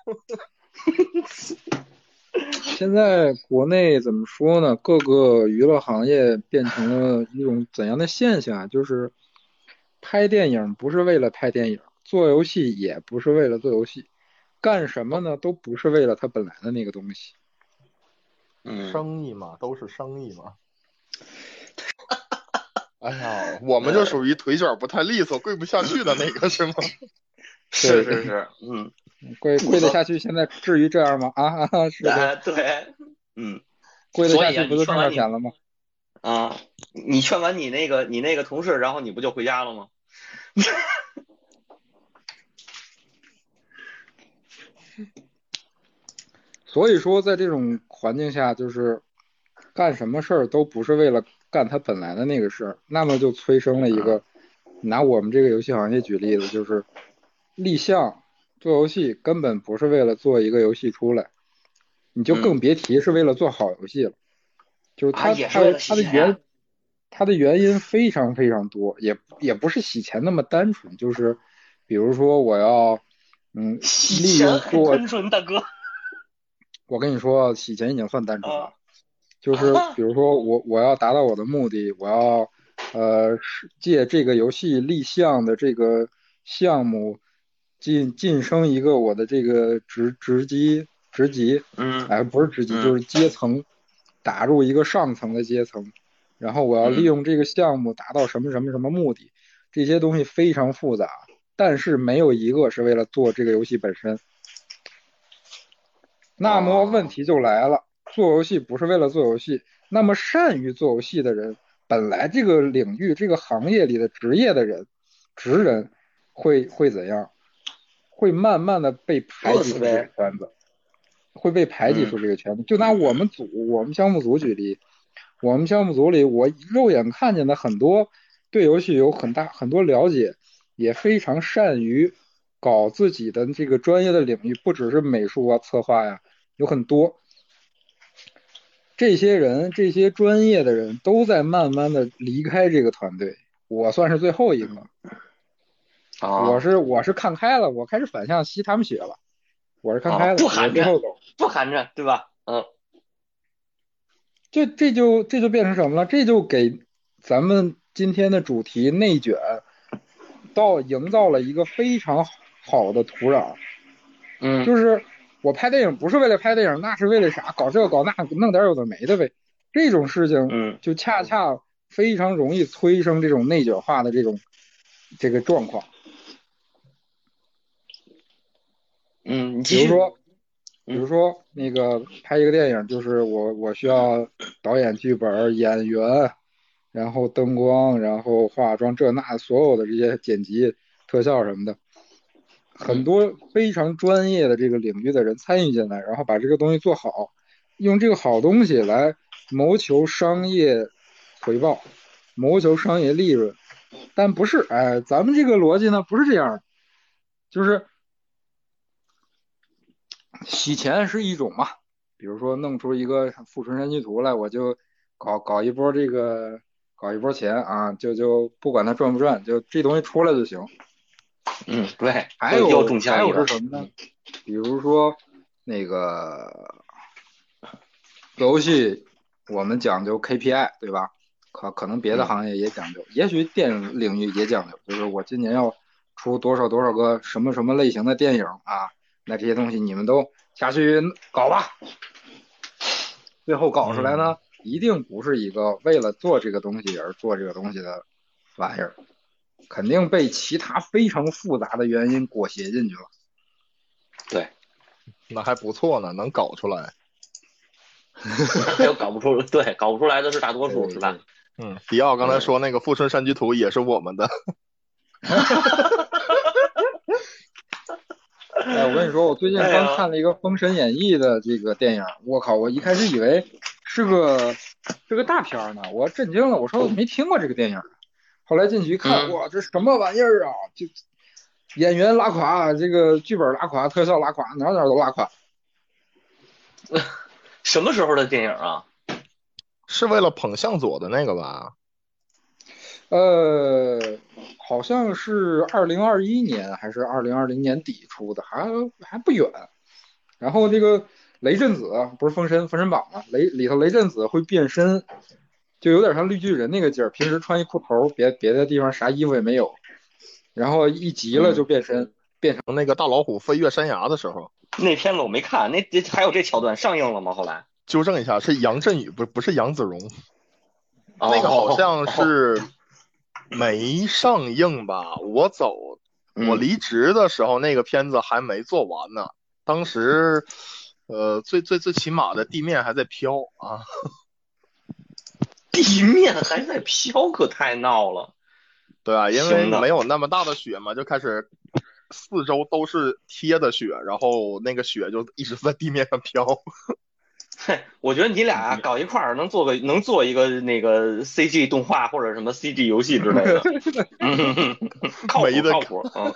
现在国内怎么说呢？各个娱乐行业变成了一种怎样的现象？就是拍电影不是为了拍电影，做游戏也不是为了做游戏，干什么呢？都不是为了他本来的那个东西。 生意嘛，都是生意嘛。哎呀，我们就属于腿脚不太利索，跪不下去的那个是吗？ 是， 跪得下去，现在至于这样吗？是的， 对， 跪得下去不就挣到钱了吗？ 你劝完你那个同事，然后你不就回家了吗？ 所以说，在这种环境下，就是干什么事儿都不是为了干他本来的那个事儿，那么就催生了一个，拿我们这个游戏行业举例子，就是立项做游戏根本不是为了做一个游戏出来，你就更别提是为了做好游戏了。就是也是为了洗钱呀。 它的原因非常非常多，也不是洗钱那么单纯，就是比如说我要洗利钱很用做， 单纯，大哥。 我跟你说，洗钱已经算单纯了。 啊就是啊比如说我要达到我的目的，我要借这个游戏立项的这个项目晋升一个我的这个职级，哎，不是职级就是阶层，打入一个上层的阶层，然后我要利用这个项目达到什么什么什么目的，这些东西非常复杂，但是没有一个是为了做这个游戏本身。那么问题就来了，做游戏不是为了做游戏，那么善于做游戏的人，本来这个领域、这个行业里的职业的人、职人会怎样？会慢慢的被排挤出这个圈子，会被排挤出这个圈子。就拿我们项目组举例，我们项目组里，我肉眼看见的很多对游戏有很多了解，也非常善于搞自己的这个专业的领域，不只是美术啊、策划呀，有很多。这些人，这些专业的人都在慢慢的离开这个团队，我算是最后一个。我是看开了，我开始反向吸他们血了。我是看开了， 不含着， 我不含着，对吧？ 这就变成什么了？这就给咱们今天的主题内卷营造了一个非常好的土壤。就是我拍电影不是为了拍电影，那是为了啥？搞这搞那，弄点有的没的呗。这种事情就恰恰非常容易催生这种内卷化的这个状况。比如说那个拍一个电影，就是我需要导演、剧本、演员，然后灯光，然后化妆，这那所有的这些剪辑、特效什么的，很多非常专业的这个领域的人参与进来，然后把这个东西做好，用这个好东西来谋求商业回报，谋求商业利润。但不是，哎，咱们这个逻辑呢不是这样，就是洗钱是一种嘛，比如说弄出一个富春山居图来，我就搞一波搞一波钱啊，就不管它赚不赚，就这东西出来就行。 对。 还有是什么呢？比如说那个做游戏，我们讲究 KPI， 对吧？可能别的行业也讲究，也许电影领域也讲究，就是我今年要出多少个什么什么类型的电影啊，那这些东西你们都下去搞吧。最后搞出来呢，一定不是一个为了做这个东西而做这个东西的玩意儿，肯定被其他非常复杂的原因裹挟进去了。 对， 那还不错呢，能搞出来。 还有搞不出，对，搞不出来的是大多数，是吧？ 迪奥刚才说那个富春山居图也是我们的。 哎，我跟你说，我最近刚看了一个《封神演义》的这个电影，我靠！我一开始以为是个大片呢，我震惊了，我说我没听过这个电影。后来进去一看，哇，这什么玩意儿啊！就演员拉垮，这个剧本拉垮，特效拉垮，哪都拉垮。 什么时候的电影啊？ 是为了捧向佐的那个吧？ 好像是2021年还是2020年底出的，还不远。然后这个雷震子不是封神榜吗？里头雷震子会变身，就有点像绿巨人那个劲儿。平时穿一裤头，别的地方啥衣服也没有，然后一急了就变身，变成那个大老虎飞越山崖的时候。 那片子我没看，那还有这桥段上映了吗？后来纠正一下，是杨振宇，不是杨子荣。那个好像是没上映吧？我离职的时候，那个片子还没做完呢。当时，最起码的地面还在飘啊。 地面还在飘，可太闹了。 对啊，因为行的没有那么大的雪嘛，就开始四周都是贴的雪，然后那个雪就一直在地面上飘。 嘿，我觉得你俩搞一块儿能做一个那个 CG 动画或者什么 CG 游戏之类的，靠没得谱靠谱啊。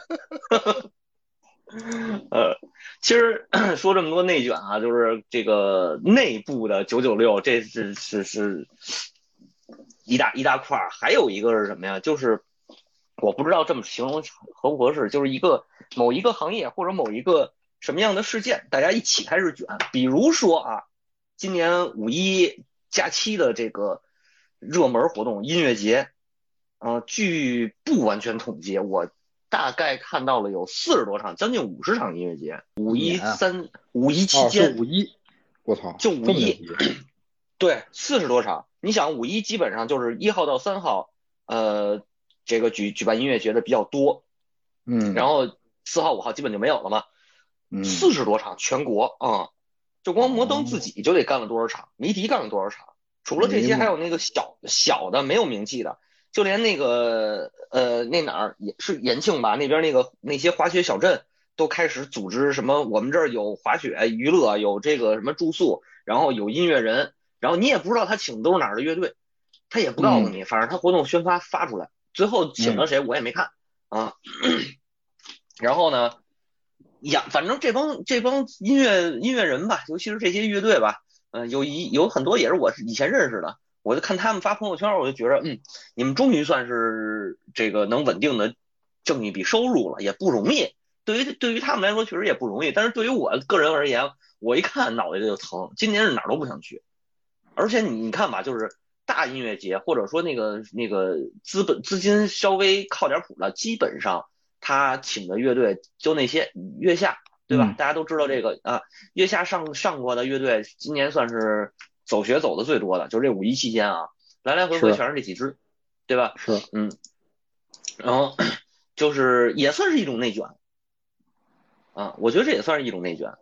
其实说这么多内卷啊，就是这个内部的996，这是一大块儿。还有一个是什么呀？就是我不知道这么形容合不合适，就是某一个行业或者某一个什么样的事件，大家一起开始卷。比如说啊，今年5·1假期的这个热门活动音乐节，据不完全统计，我大概看到了有40多场，将近50场音乐节。五一期间， 是5·1，我操， 就这么牛五一， 逼！ 对，40多场。你想5·1基本上就是1号到3号，这个举办音乐节的比较多，然后4号5号基本就没有了嘛。40多场全国啊，就光摩登自己就得干了多少场，迷笛干了多少场，除了这些还有那个小的没有名气的，就连那个那哪儿也是延庆吧，那边那些滑雪小镇都开始组织什么，我们这儿有滑雪娱乐，有这个什么住宿，然后有音乐人，然后你也不知道他请的都是哪儿的乐队，他也不告诉你，反正他活动宣发出来，最后请了谁我也没看啊。然后呢，反正这帮音乐人吧，尤其是这些乐队吧，有很多也是我以前认识的，我就看他们发朋友圈，我就觉得，你们终于算是这个能稳定的挣一笔收入了，也不容易。对于他们来说确实也不容易，但是对于我个人而言，我一看脑袋就疼。今年是哪儿都不想去，而且你看吧，就是大音乐节或者说那个资金稍微靠点谱的，基本上他请的乐队就那些月下，对吧？大家都知道这个啊，月下上过的乐队，今年算是走学走的最多的，就是这5·1期间啊，来来回回全是这几支，对吧？ 是， 然后就是也算是一种内卷啊，我觉得这也算是一种内卷。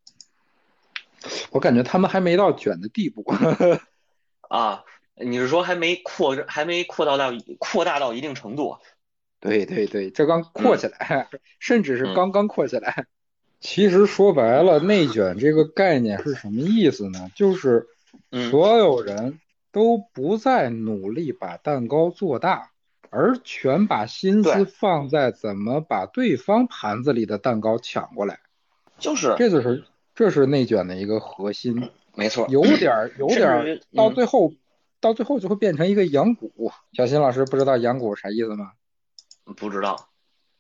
我感觉他们还没到卷的地步。 啊，你是说还没扩大到一定程度？ 对对对，这刚扩起来，甚至是刚刚扩起来。其实说白了，内卷这个概念是什么意思呢？就是所有人都不再努力把蛋糕做大，而全把心思放在怎么把对方盘子里的蛋糕抢过来。这是内卷的一个核心。 没错， 有点到最后就会变成一个养蛊。小新老师不知道养蛊啥意思吗？ 不知道，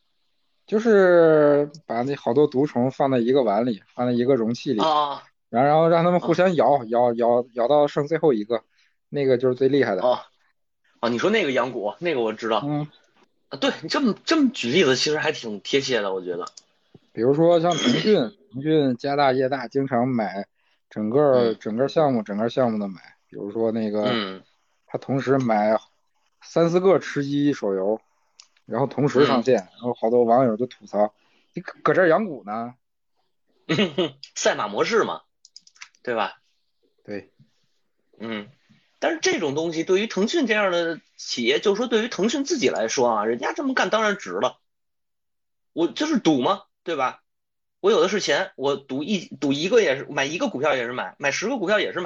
就是把那好多毒虫放在一个碗里，放在一个容器里，然后让他们互相咬到剩最后一个，那个就是最厉害的。 你说那个养蛊，那个我知道。对，你这么举例子，其实还挺贴切的，我觉得。 比如说像腾讯家大业大，经常买整个项目的买，比如说那个，他同时买3、4个吃鸡手游，然后同时上线，然后好多网友就吐槽，你搁这养蛊呢？ 赛马模式嘛，对吧？ 对， 但是这种东西对于腾讯这样的企业，就是说对于腾讯自己来说啊，人家这么干当然值了，我就是赌嘛，对吧？我有的是钱，我赌一个也是买一个股票也是买10个股票也是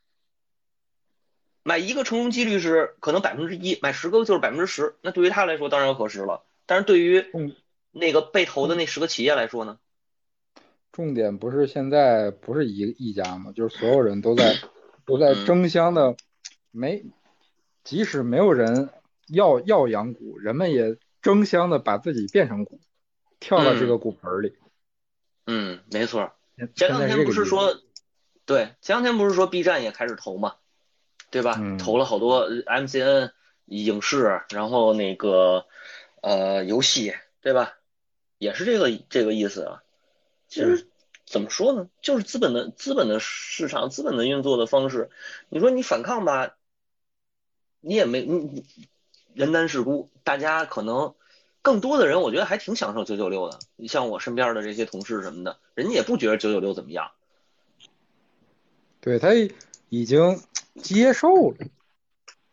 买一个成功几率是可能1%，买10个就是10%，那对于他来说当然合适了。但是对于那个被投的那10个企业来说呢？ 重点不是现在不是一家嘛，就是所有人都在争相的，即使没有人要养蛊，人们也争相的把自己变成蛊，跳到这个蛊盆里。 没错。前两天不是说，对，前两天不是说 B 站也开始投嘛，对吧？投了好多 MCN 影视，然后那个游戏，对吧？也是这个意思啊。其实怎么说呢？就是资本的市场，资本的运作的方式。你说你反抗吧，你也没人单势孤，大家可能更多的人，我觉得还挺享受996的。你像我身边的这些同事什么的，人家也不觉得996怎么样。 对，他已经接受了。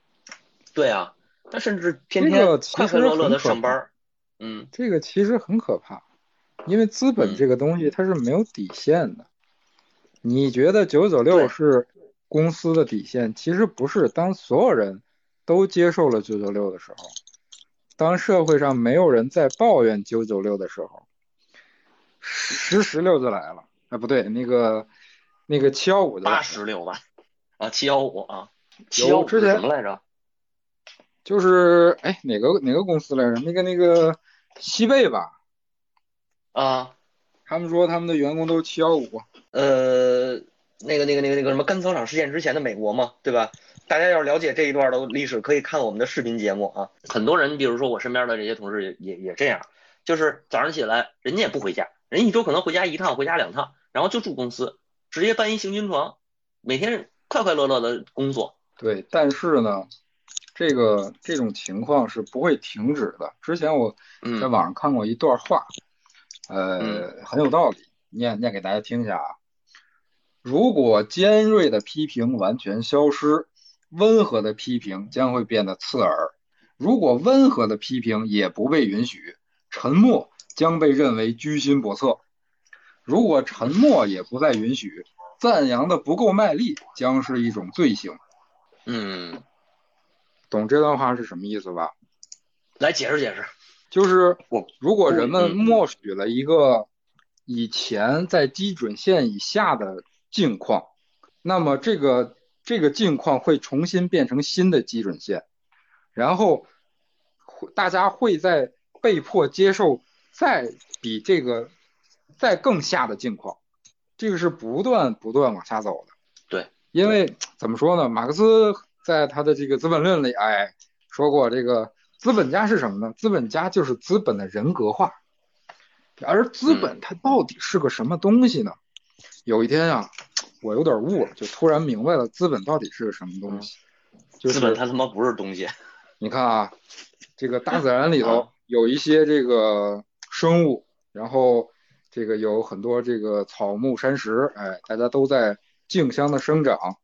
对啊，他甚至天这天个其实快快乐乐的很可怕， 上班。嗯， 这个其实很可怕，因为资本这个东西它是没有底线的。你觉得996 对， 是公司的底线，其实不是。当所有人都接受了996的时候，当社会上没有人再抱怨996的时候，1016就来了。啊，不对，那个715就来了。 86吧，啊715啊，七幺五是什有之前么来着？ 就是哎哪个公司来着？那个西贝吧， 啊， 他们说他们的员工都是715。 呃，那个什么甘草场事件之前的美国嘛，对吧？大家要是了解这一段的历史，可以看我们的视频节目啊。很多人，比如说我身边的这些同事也这样，就是早上起来人家也不回家，人家一周可能回家一趟，回家2趟，然后就住公司，直接搬一行军床，每天快快乐乐的工作。 对，但是呢，这种情况是不会停止的。之前我在嗯网上看过一段话， 嗯很有道理，念给大家听一下啊。如果尖锐的批评完全消失，温和的批评将会变得刺耳；如果温和的批评也不被允许，沉默将被认为居心叵测；如果沉默也不再允许，赞扬的不够卖力将是一种罪行。 嗯， 懂这段话是什么意思吧？ 来解释解释。 就是我如果人们嗯默许了一个以前在基准线以下的境况，那么这个境况会重新变成新的基准线，然后大家会在被迫接受再比这个再更下的境况，这个是不断不断往下走的。 对， 因为怎么说呢，马克思在他的这个《资本论》里，说过这个资本家是什么呢？资本家就是资本的人格化。而资本它到底是个什么东西呢？有一天啊，我有点悟了，就突然明白了资本到底是个什么东西。就是资本它他妈不是东西。 你看啊，这个大自然里头啊， 有一些这个生物，然后这个有很多这个草木山石，大家都在竞相的生长。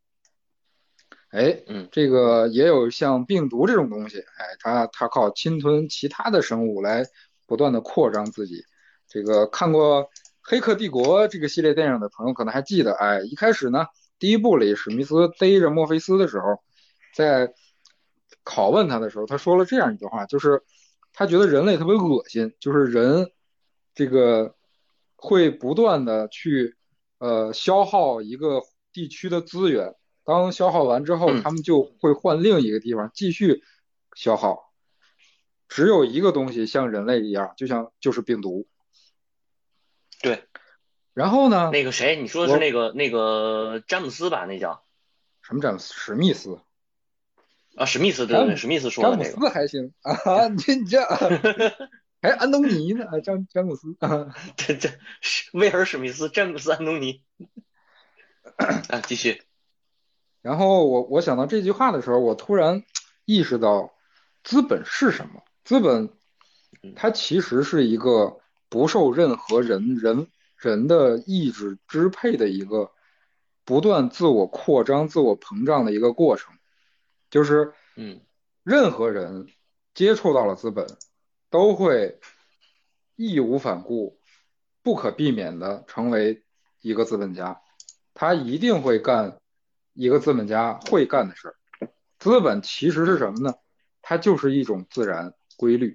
这个也有像病毒这种东西，它靠侵吞其他的生物来不断的扩张自己。这个看过《黑客帝国》这个系列电影的朋友可能还记得，一开始呢，第一部里史密斯逮着墨菲斯的时候，在拷问他的时候，他说了这样一句话，就是他觉得人类特别恶心，就是人这个会不断的去消耗一个地区的资源。当消耗完之后，他们就会换另一个地方继续消耗。只有一个东西像人类一样，就是病毒。 对。 然后呢， 那个谁，你说的是那个詹姆斯吧？那叫什么詹姆斯？史密斯啊，史密斯，对对对， 詹姆史密斯说詹姆的这个。 斯还行啊，你这还安东尼呢？詹姆斯啊， 这威尔史密斯、詹姆斯、安东尼啊，继续。 然后我想到这句话的时候，我突然意识到，资本是什么？资本它其实是一个不受任何人的意志支配的一个不断自我扩张、自我膨胀的一个过程。就是任何人接触到了资本，都会义无反顾、不可避免的成为一个资本家。他一定会干一个资本家会干的事儿。资本其实是什么呢？它就是一种自然规律，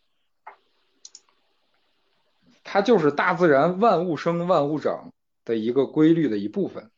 它就是大自然万物生万物长的一个规律的一部分。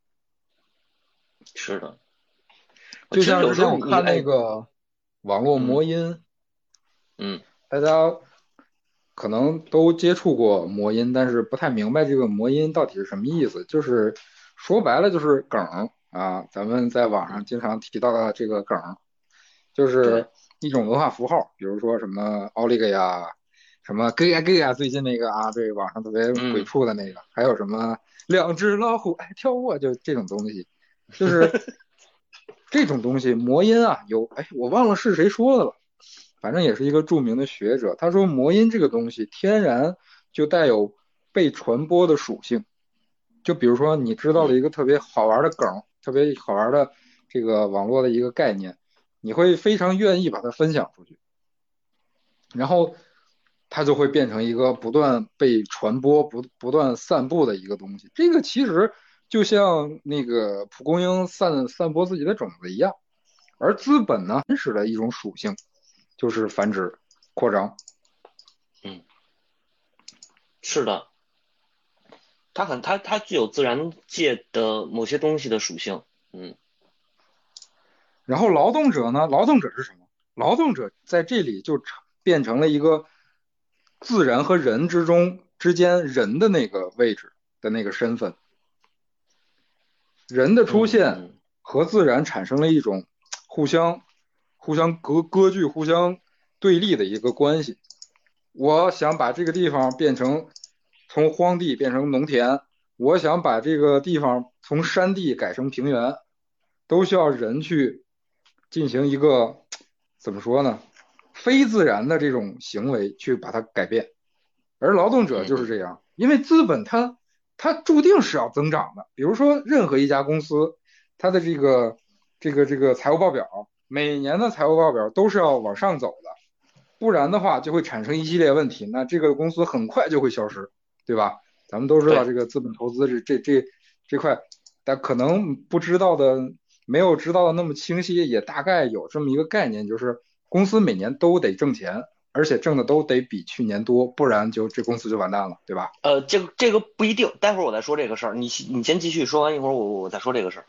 是的， 就像之前我你看那个网络魔音，大家可能都接触过魔音，但是不太明白这个魔音到底是什么意思。就是说白了就是梗啊，咱们在网上经常提到的这个梗，就是一种文化符号，比如说什么奥利给呀，什么给呀给呀，最近那个啊，对，网上特别鬼畜的那个，还有什么两只老虎爱跳舞，就这种东西，就是这种东西。魔音啊，我忘了是谁说的了。反正也是一个著名的学者，他说魔音这个东西天然就带有被传播的属性。就比如说你知道了一个特别好玩的梗，特别好玩的这个网络的一个概念， 你会非常愿意把它分享出去，然后它就会变成一个不断被传播、不断散布的一个东西。这个其实就像那个蒲公英散播自己的种子一样，而资本呢，真实的一种属性就是繁殖、扩张。 是的，它具有自然界的某些东西的属性。 然后劳动者呢？劳动者是什么？劳动者在这里就变成了一个自然和人之间人的那个位置的那个身份。人的出现和自然产生了一种互相割据、互相对立的一个关系。我想把这个地方从荒地变成农田，我想把这个地方从山地改成平原，都需要人去进行一个怎么说呢？非自然的这种行为去把它改变。而劳动者就是这样，因为资本它注定是要增长的。比如说，任何一家公司，它的这个财务报表，每年的财务报表都是要往上走的，不然的话就会产生一系列问题，那这个公司很快就会消失，对吧？咱们都知道这个资本投资这块，但可能不知道的，没有知道的那么清晰，也大概有这么一个概念，就是公司每年都得挣钱，而且挣的都得比去年多，不然这公司就完蛋了，对吧？ 这个不一定，待会儿我再说这个事儿，你先继续说完，一会儿我再说这个事儿。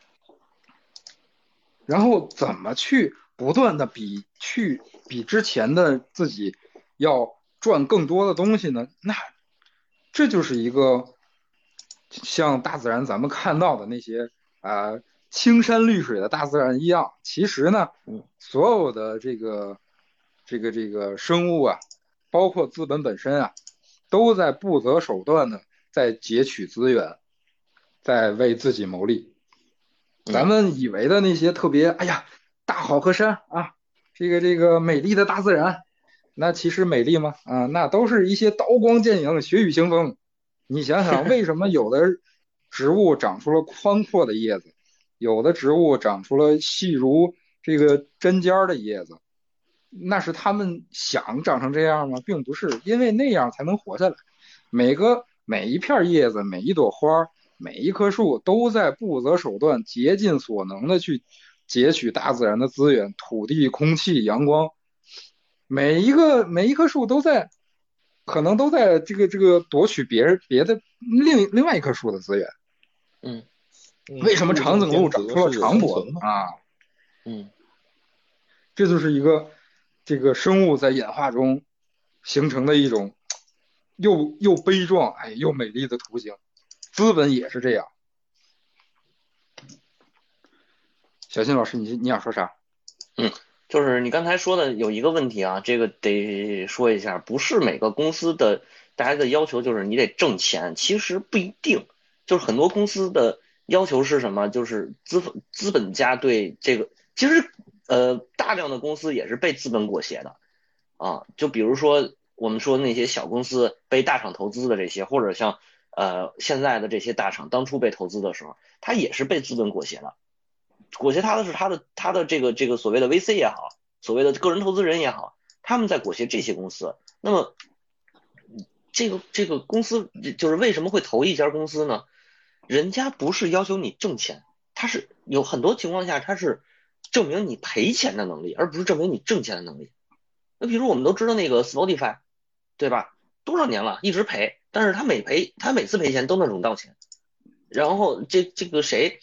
然后怎么去不断的比之前的自己要赚更多的东西呢？那这就是一个像大自然咱们看到的那些青山绿水的大自然一样，其实呢，所有的这个生物啊，包括资本本身啊，都在不择手段的在截取资源，在为自己谋利。咱们以为的那些特别，哎呀，大好河山啊，这个美丽的大自然，那其实美丽吗？啊，那都是一些刀光剑影、血雨腥风。你想想，为什么有的植物长出了宽阔的叶子，有的植物长出了细如这个针尖的叶子？那是他们想长成这样吗？并不是，因为那样才能活下来。每一片叶子、每一朵花、每一棵树都在不择手段、竭尽所能的去截取大自然的资源，土地、空气、阳光，每一棵树可能都在这个夺取别的另外一棵树的资源。为什么长颈鹿长出了长脖子啊？这就是一个这个生物在演化中形成的一种又悲壮又美丽的图形。资本也是这样。小新老师，你想说啥？ 就是你刚才说的有一个问题啊，这个得说一下，不是每个公司的大家的要求就是你得挣钱，其实不一定。就是很多公司的要求是什么？就是资本家对这个，其实大量的公司也是被资本裹挟的啊。就比如说我们说那些小公司被大厂投资的这些，或者像现在的这些大厂当初被投资的时候，它也是被资本裹挟的。裹挟他的是他的这个所谓的 VC 也好，所谓的个人投资人也好，他们在裹挟这些公司。那么这个公司就是为什么会投一家公司呢？人家不是要求你挣钱，他是有很多情况下他是证明你赔钱的能力，而不是证明你挣钱的能力。那比如我们都知道那个 Spotify， 对吧？多少年了，一直赔，但是他每次赔钱都能挣到钱。然后这个谁？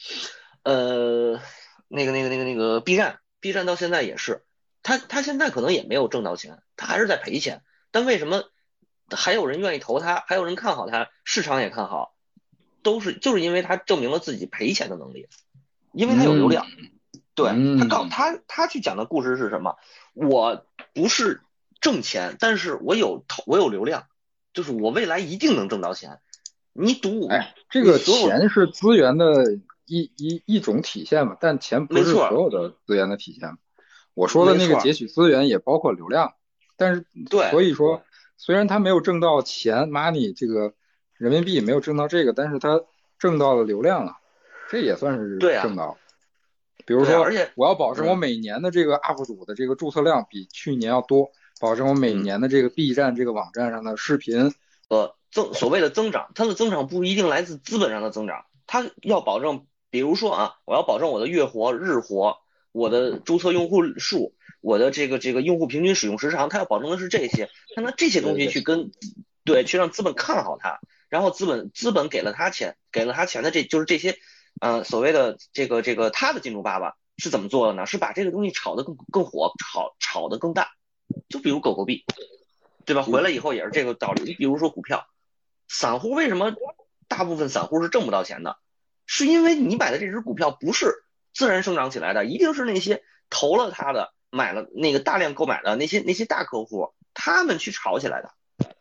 那个 B 站到现在也是，他现在可能也没有挣到钱，他还是在赔钱，但为什么还有人愿意投他，还有人看好他，市场也看好，就是因为他证明了自己赔钱的能力，因为他有流量。对，他去讲的故事是什么？我不是挣钱，但是我有流量，就是我未来一定能挣到钱。你赌这个钱是资源的一种体现嘛，但钱不是所有的资源的体现。我说的那个截取资源也包括流量，但是所以说虽然他没有挣到钱 money 这个人民币没有挣到这个，但是他挣到了流量了，这也算是挣到。 比如说对啊而且我要保证我每年的这个 UP 主的这个注册量比去年要多，保证我每年的这个 B 站这个网站上的视频所谓的增长，它的增长不一定来自资本上的增长，它要保证，比如说啊，我要保证我的月活、日活，我的注册用户数，我的这个用户平均使用时长，它要保证的是这些，它拿这些东西去去让资本看好它，然后资本给了他钱，给了他钱的就是这些，所谓的这个他的金主爸爸是怎么做的呢？是把这个东西炒得更火，炒得更大，就比如狗狗币。对吧？回来以后也是这个道理。你比如说股票，散户为什么大部分散户是挣不到钱的？是因为你买的这只股票不是自然生长起来的，一定是那些投了它的、买了那个大量购买的那些大客户，他们去炒起来的。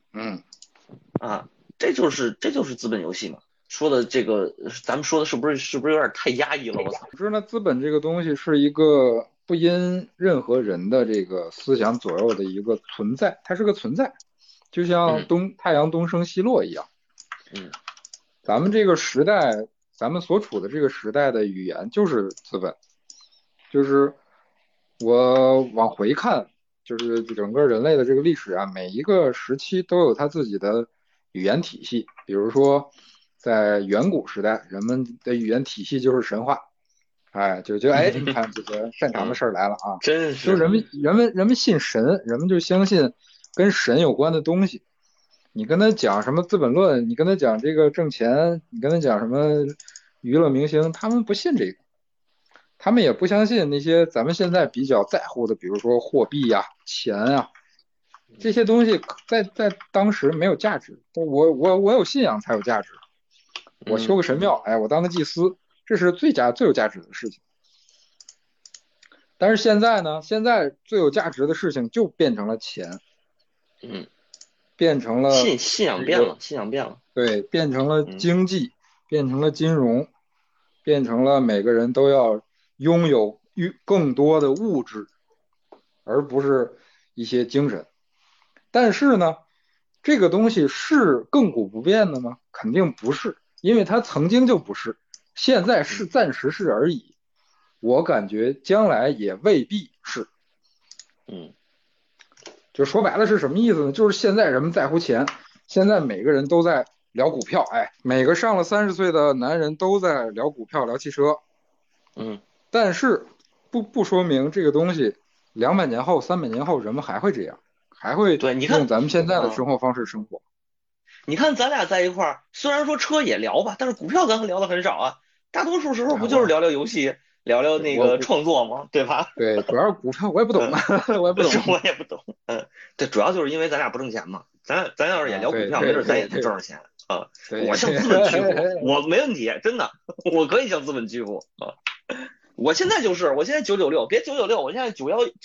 这就是资本游戏嘛。说的这个，咱们说的是不是有点太压抑了？我操！ 总之呢，资本这个东西是一个不因任何人的这个思想左右的一个存在，它是个存在，就像太阳东升西落一样。咱们这个时代，咱们所处的这个时代的语言就是资本，就是我往回看，就是整个人类的这个历史啊，每一个时期都有它自己的语言体系，比如说。在远古时代，人们的语言体系就是神话，你看这个擅长的事儿来了啊！ 真是， 就人们信神，人们就相信跟神有关的东西。你跟他讲什么《资本论》，你跟他讲这个挣钱，你跟他讲什么娱乐明星，他们不信这个，他们也不相信那些咱们现在比较在乎的，比如说货币呀、钱啊。这些东西在当时没有价值，我有信仰才有价值。我修个神庙，我当个祭司，这是最有价值的事情。但是现在呢，现在最有价值的事情就变成了钱，变成了信仰变了， 对，变成了经济，变成了金融，变成了每个人都要拥有更多的物质，而不是一些精神。但是呢，这个东西是亘古不变的吗？肯定不是。因为它曾经就不是，现在是暂时是而已，我感觉将来也未必是。就说白了是什么意思呢？就是现在人们在乎钱，现在每个人都在聊股票，每个上了30岁的男人都在聊股票、聊汽车。但是不说明这个东西200年后、300年后人们还会这样，还会用咱们现在的生活方式生活。 你看咱俩在一块儿，虽然说车也聊吧，但是股票咱聊的很少啊。大多数时候不就是聊聊游戏，聊聊那个创作吗？对吧？ 对，主要是股票我也不懂，我也不懂。 对，主要就是因为咱俩不挣钱嘛。咱要是也聊股票，没准咱也能挣着钱啊。我向资本屈服，我没问题，真的，我可以向资本屈服啊。我现在996，别996，我现在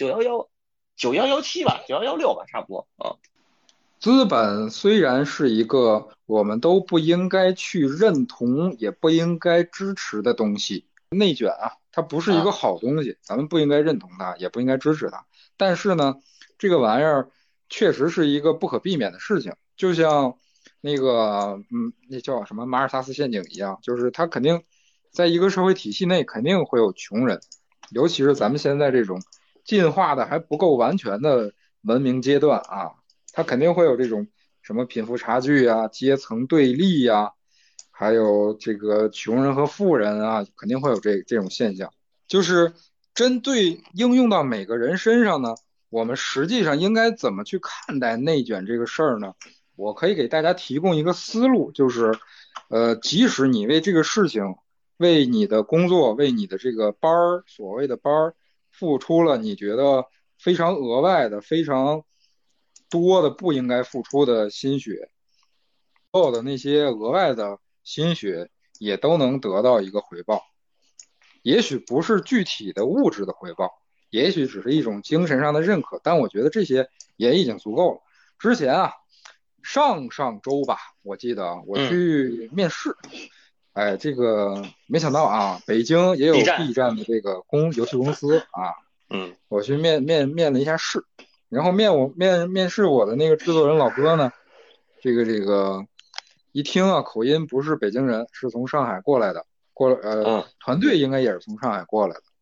911，9117吧，9116吧，差不多啊。 资本虽然是一个我们都不应该去认同，也不应该支持的东西，内卷啊，它不是一个好东西，咱们不应该认同它，也不应该支持它。但是呢，这个玩意儿确实是一个不可避免的事情，就像那个那叫什么马尔萨斯陷阱一样，就是它肯定在一个社会体系内肯定会有穷人，尤其是咱们现在这种进化的还不够完全的文明阶段啊。它肯定会有这种什么贫富差距啊、阶层对立啊，还有这个穷人和富人啊，肯定会有这种现象。就是针对应用到每个人身上呢，我们实际上应该怎么去看待内卷这个事儿呢？我可以给大家提供一个思路，就是即使你为这个事情、为你的工作、为你的这个班儿，所谓的班儿，付出了你觉得非常额外的、非常多的不应该付出的心血，所有的那些额外的心血也都能得到一个回报，也许不是具体的物质的回报，也许只是一种精神上的认可，但我觉得这些也已经足够了。之前啊，上周吧，我记得我去面试，这个没想到啊，北京也有 B 站的这个游戏公司啊，我去面了一下试。然后面试我的那个制作人老哥呢，这个一听啊，口音不是北京人，是从上海过来的，团队应该也是从上海过来的。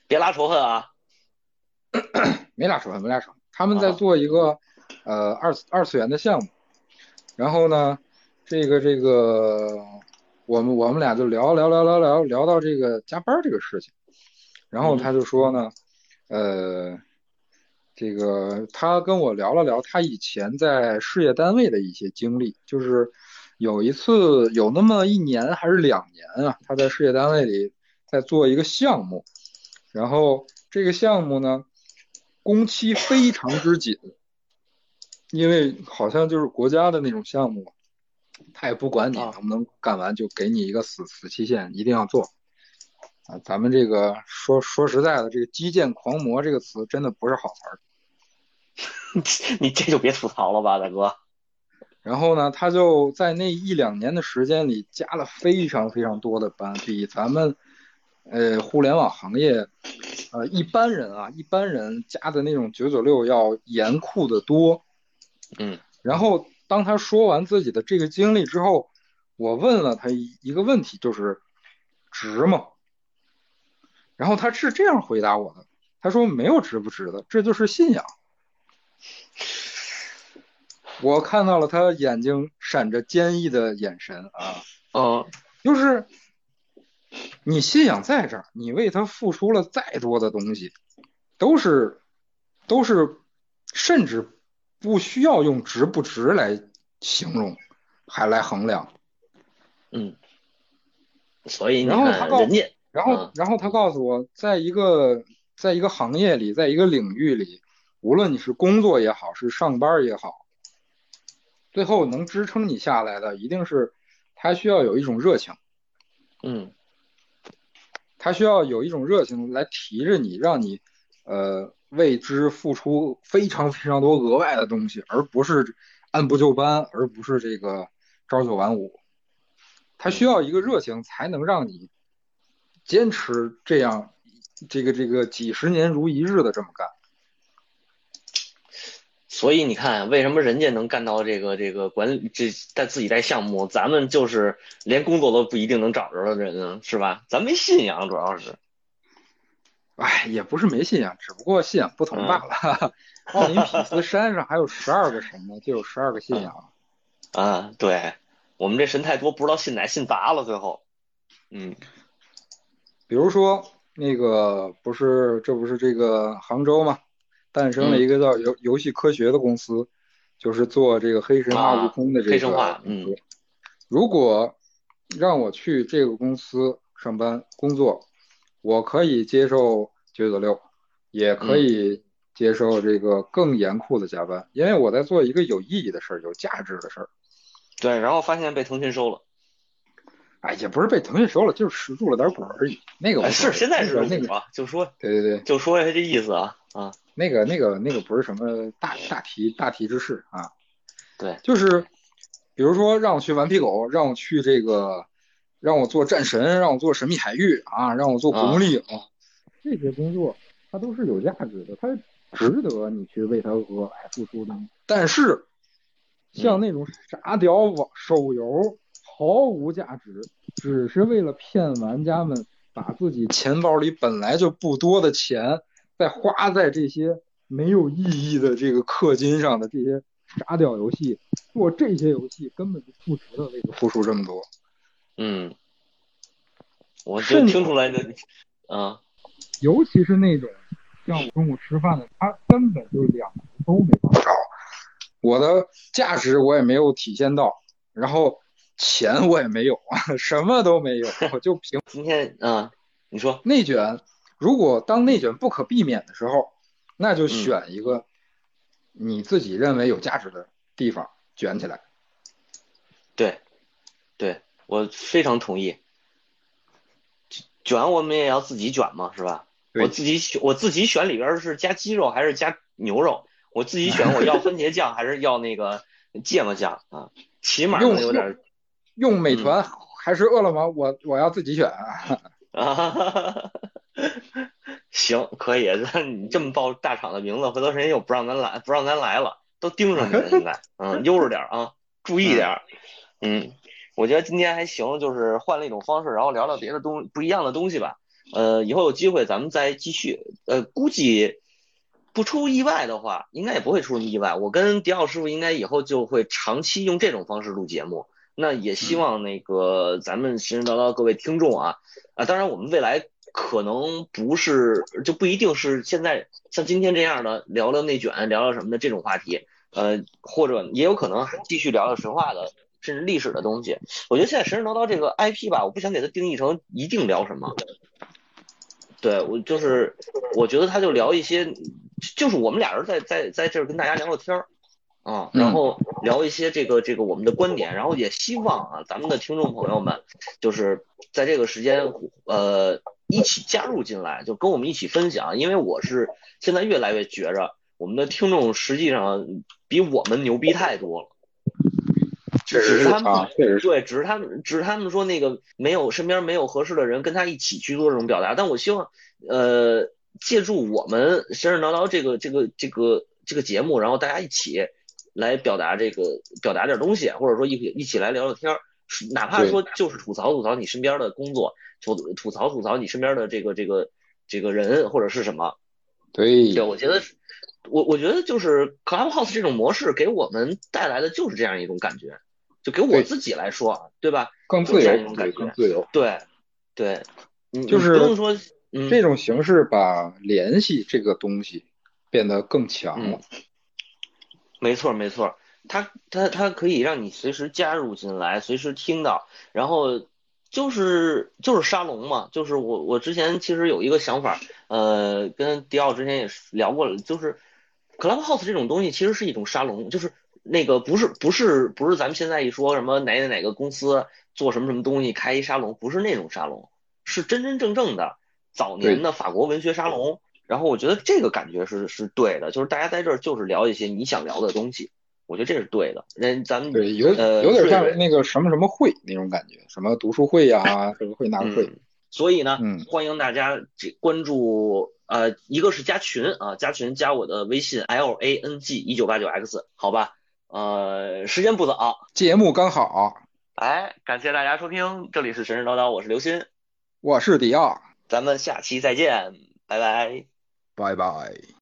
别拉仇恨啊！ 没俩手没俩手，他们在啊， 做一个二次元的项目，然后呢，这个，我们俩就聊到这个加班这个事情，然后他就说呢，呃，这个他跟我聊了聊他以前在事业单位的一些经历，就是有一次有那么1年还是2年啊，他在事业单位里在做一个项目，然后这个项目呢，工期非常之紧，因为好像就是国家的那种项目，他也不管你啊， 能不能干完，就给你一个死期限，一定要做啊。咱们这个说实在的，这个基建狂魔这个词真的不是好词儿。 你这就别吐槽了吧，大哥。 然后呢，他就在那1-2年的时间里加了非常非常多的班，比咱们互联网行业一般人加的那种996要严酷的多。 嗯然后当他说完自己的这个经历之后，我问了他一个问题，就是值吗？然后他是这样回答我的，他说没有值不值的，这就是信仰。我看到了他眼睛闪着坚毅的眼神啊， 嗯就是你信仰在这儿，你为他付出了再多的东西，都是都是，甚至不需要用值不值来形容，还来衡量。 嗯，所以你然后他告， 看人家， 然后他告诉我，在一个行业里，在一个领域里，无论你是工作也好，是上班也好，最后能支撑你下来的，一定是他需要有一种热情， 嗯他需要有一种热情来提着你，让你为之付出非常非常多额外的东西，而不是按部就班，而不是这个朝九晚五。他需嗯， 要一个热情，才能让你坚持这样，这个几十年如一日的这么干。 所以你看，为什么人家能干到这个管理带自己带项目，咱们就是连工作都不一定能找着的人呢，是吧？咱没信仰，主要是。 哎，也不是没信仰，只不过信仰不同罢嗯了。奥林匹斯山上还有12个神呢，就有12个信嗯仰。 啊，对，我们这神太多，不知道信哪信杂了，最后。嗯比如说那个这不是这个杭州嘛，诞生了嗯一个叫游戏科学的公司，就是做这个黑神话悟啊， 空的这黑神话， 个公司。如果让我去这个公司上班工作，我可以接受996，也可嗯， 以接受这个更严酷的加班，因为我在做一个有意义的事儿、有价值的事儿。 对，然后发现被腾讯收了。 哎，也不是被腾讯收了，就是拾住了点股而已，那个无所是谓。 现在是那个， 五啊，就说对对对， 就说一下这意思啊啊， 那个不是什么大题之事啊， 对， 就是比如说让我去顽皮狗，让我去这个，让我做战神，让我做神秘海域啊，让我做古墓啊丽影，这些工作它都是有价值的，它值得你去为它额外付出的。但是像那种傻屌网手游毫无价值，只是为了骗玩家们把自己钱包里本来就不多的钱再花在这些没有意义的这个氪金上的这些傻屌游戏，做这些游戏根本就不值得为它付出这么多。 嗯，我就甚至听出来的，啊尤其是那种像我中午吃饭的，他根本就2个都没找着，我的价值我也没有体现到，然后钱我也没有，什么都没有，我就凭今天啊，你说， 内卷。如果当内卷不可避免的时候，那就选一个你自己认为有价值的地方卷起来。 对对，我非常同意。卷我们也要自己卷嘛，是吧？ 对我自己选里边是加鸡肉还是加牛肉，我自己选我要番茄酱还是要那个芥末酱啊，起码能有点用美团还是饿了么，我要自己选。 啊，行，可以。你这么报大厂的名字，回头人又不让咱来，不让咱来了，都盯着你了。现在，悠着点啊，注意点。我觉得今天还行，就是换了一种方式，然后聊聊别的不一样的东西吧。 以后有机会咱们再继续。估计不出意外的话，应该也不会出什么意外。我跟迪奥师傅应该以后就会长期用这种方式录节目。那也希望那个咱们神神叨叨各位听众啊，当然我们未来可能不是就不一定是现在像今天这样的聊聊内卷、聊聊什么的这种话题，或者也有可能还继续聊聊神话的甚至历史的东西。我觉得现在神神叨叨这个 IP 吧，我不想给它定义成一定聊什么。对，我觉得他就聊一些，就是我们俩人在这儿跟大家聊聊天儿啊，然后聊一些这个我们的观点，然后也希望啊咱们的听众朋友们就是在这个时间一起加入进来，就跟我们一起分享，因为我是现在越来越觉着我们的听众实际上比我们牛逼太多了。 确实是啊，确实是。 对，只是他们说那个身边没有合适的人跟他一起去做这种表达，但我希望借助我们神神叨叨这个节目，然后大家一起来表达点东西，或者说一起来聊聊天儿，哪怕说就是吐槽吐槽你身边的工作，吐槽吐槽你身边的这个人或者是什么。对，我觉得就是 Clubhouse 这种模式给我们带来的就是这样一种感觉。就给我自己来说啊，对吧？ 更自由， 更自由。 对， 就是不用说， 这种形式把联系这个东西变得更强了。 没错，它可以让你随时加入进来，随时听到，然后就是沙龙嘛，就是我之前其实有一个想法，跟迪奥之前也聊过了，就是 Clubhouse 这种东西其实是一种沙龙，就是那个不是咱们现在一说什么哪个公司做什么东西开一沙龙，不是那种沙龙，是真真正正的早年的法国文学沙龙。然后我觉得这个感觉是对的，就是大家在这儿就是聊一些你想聊的东西，我觉得这是对的。咱们对有点像那个什么什么会那种感觉，什么读书会呀，这个会那个会。 所以呢，欢迎大家关注一个是加群啊，加我的微信 LANG1989X， 好吧？时间不早， 节目刚好。 感谢大家收听，这里是神神叨叨，我是刘鑫， 我是迪奥， 咱们下期再见，拜拜。 拜拜。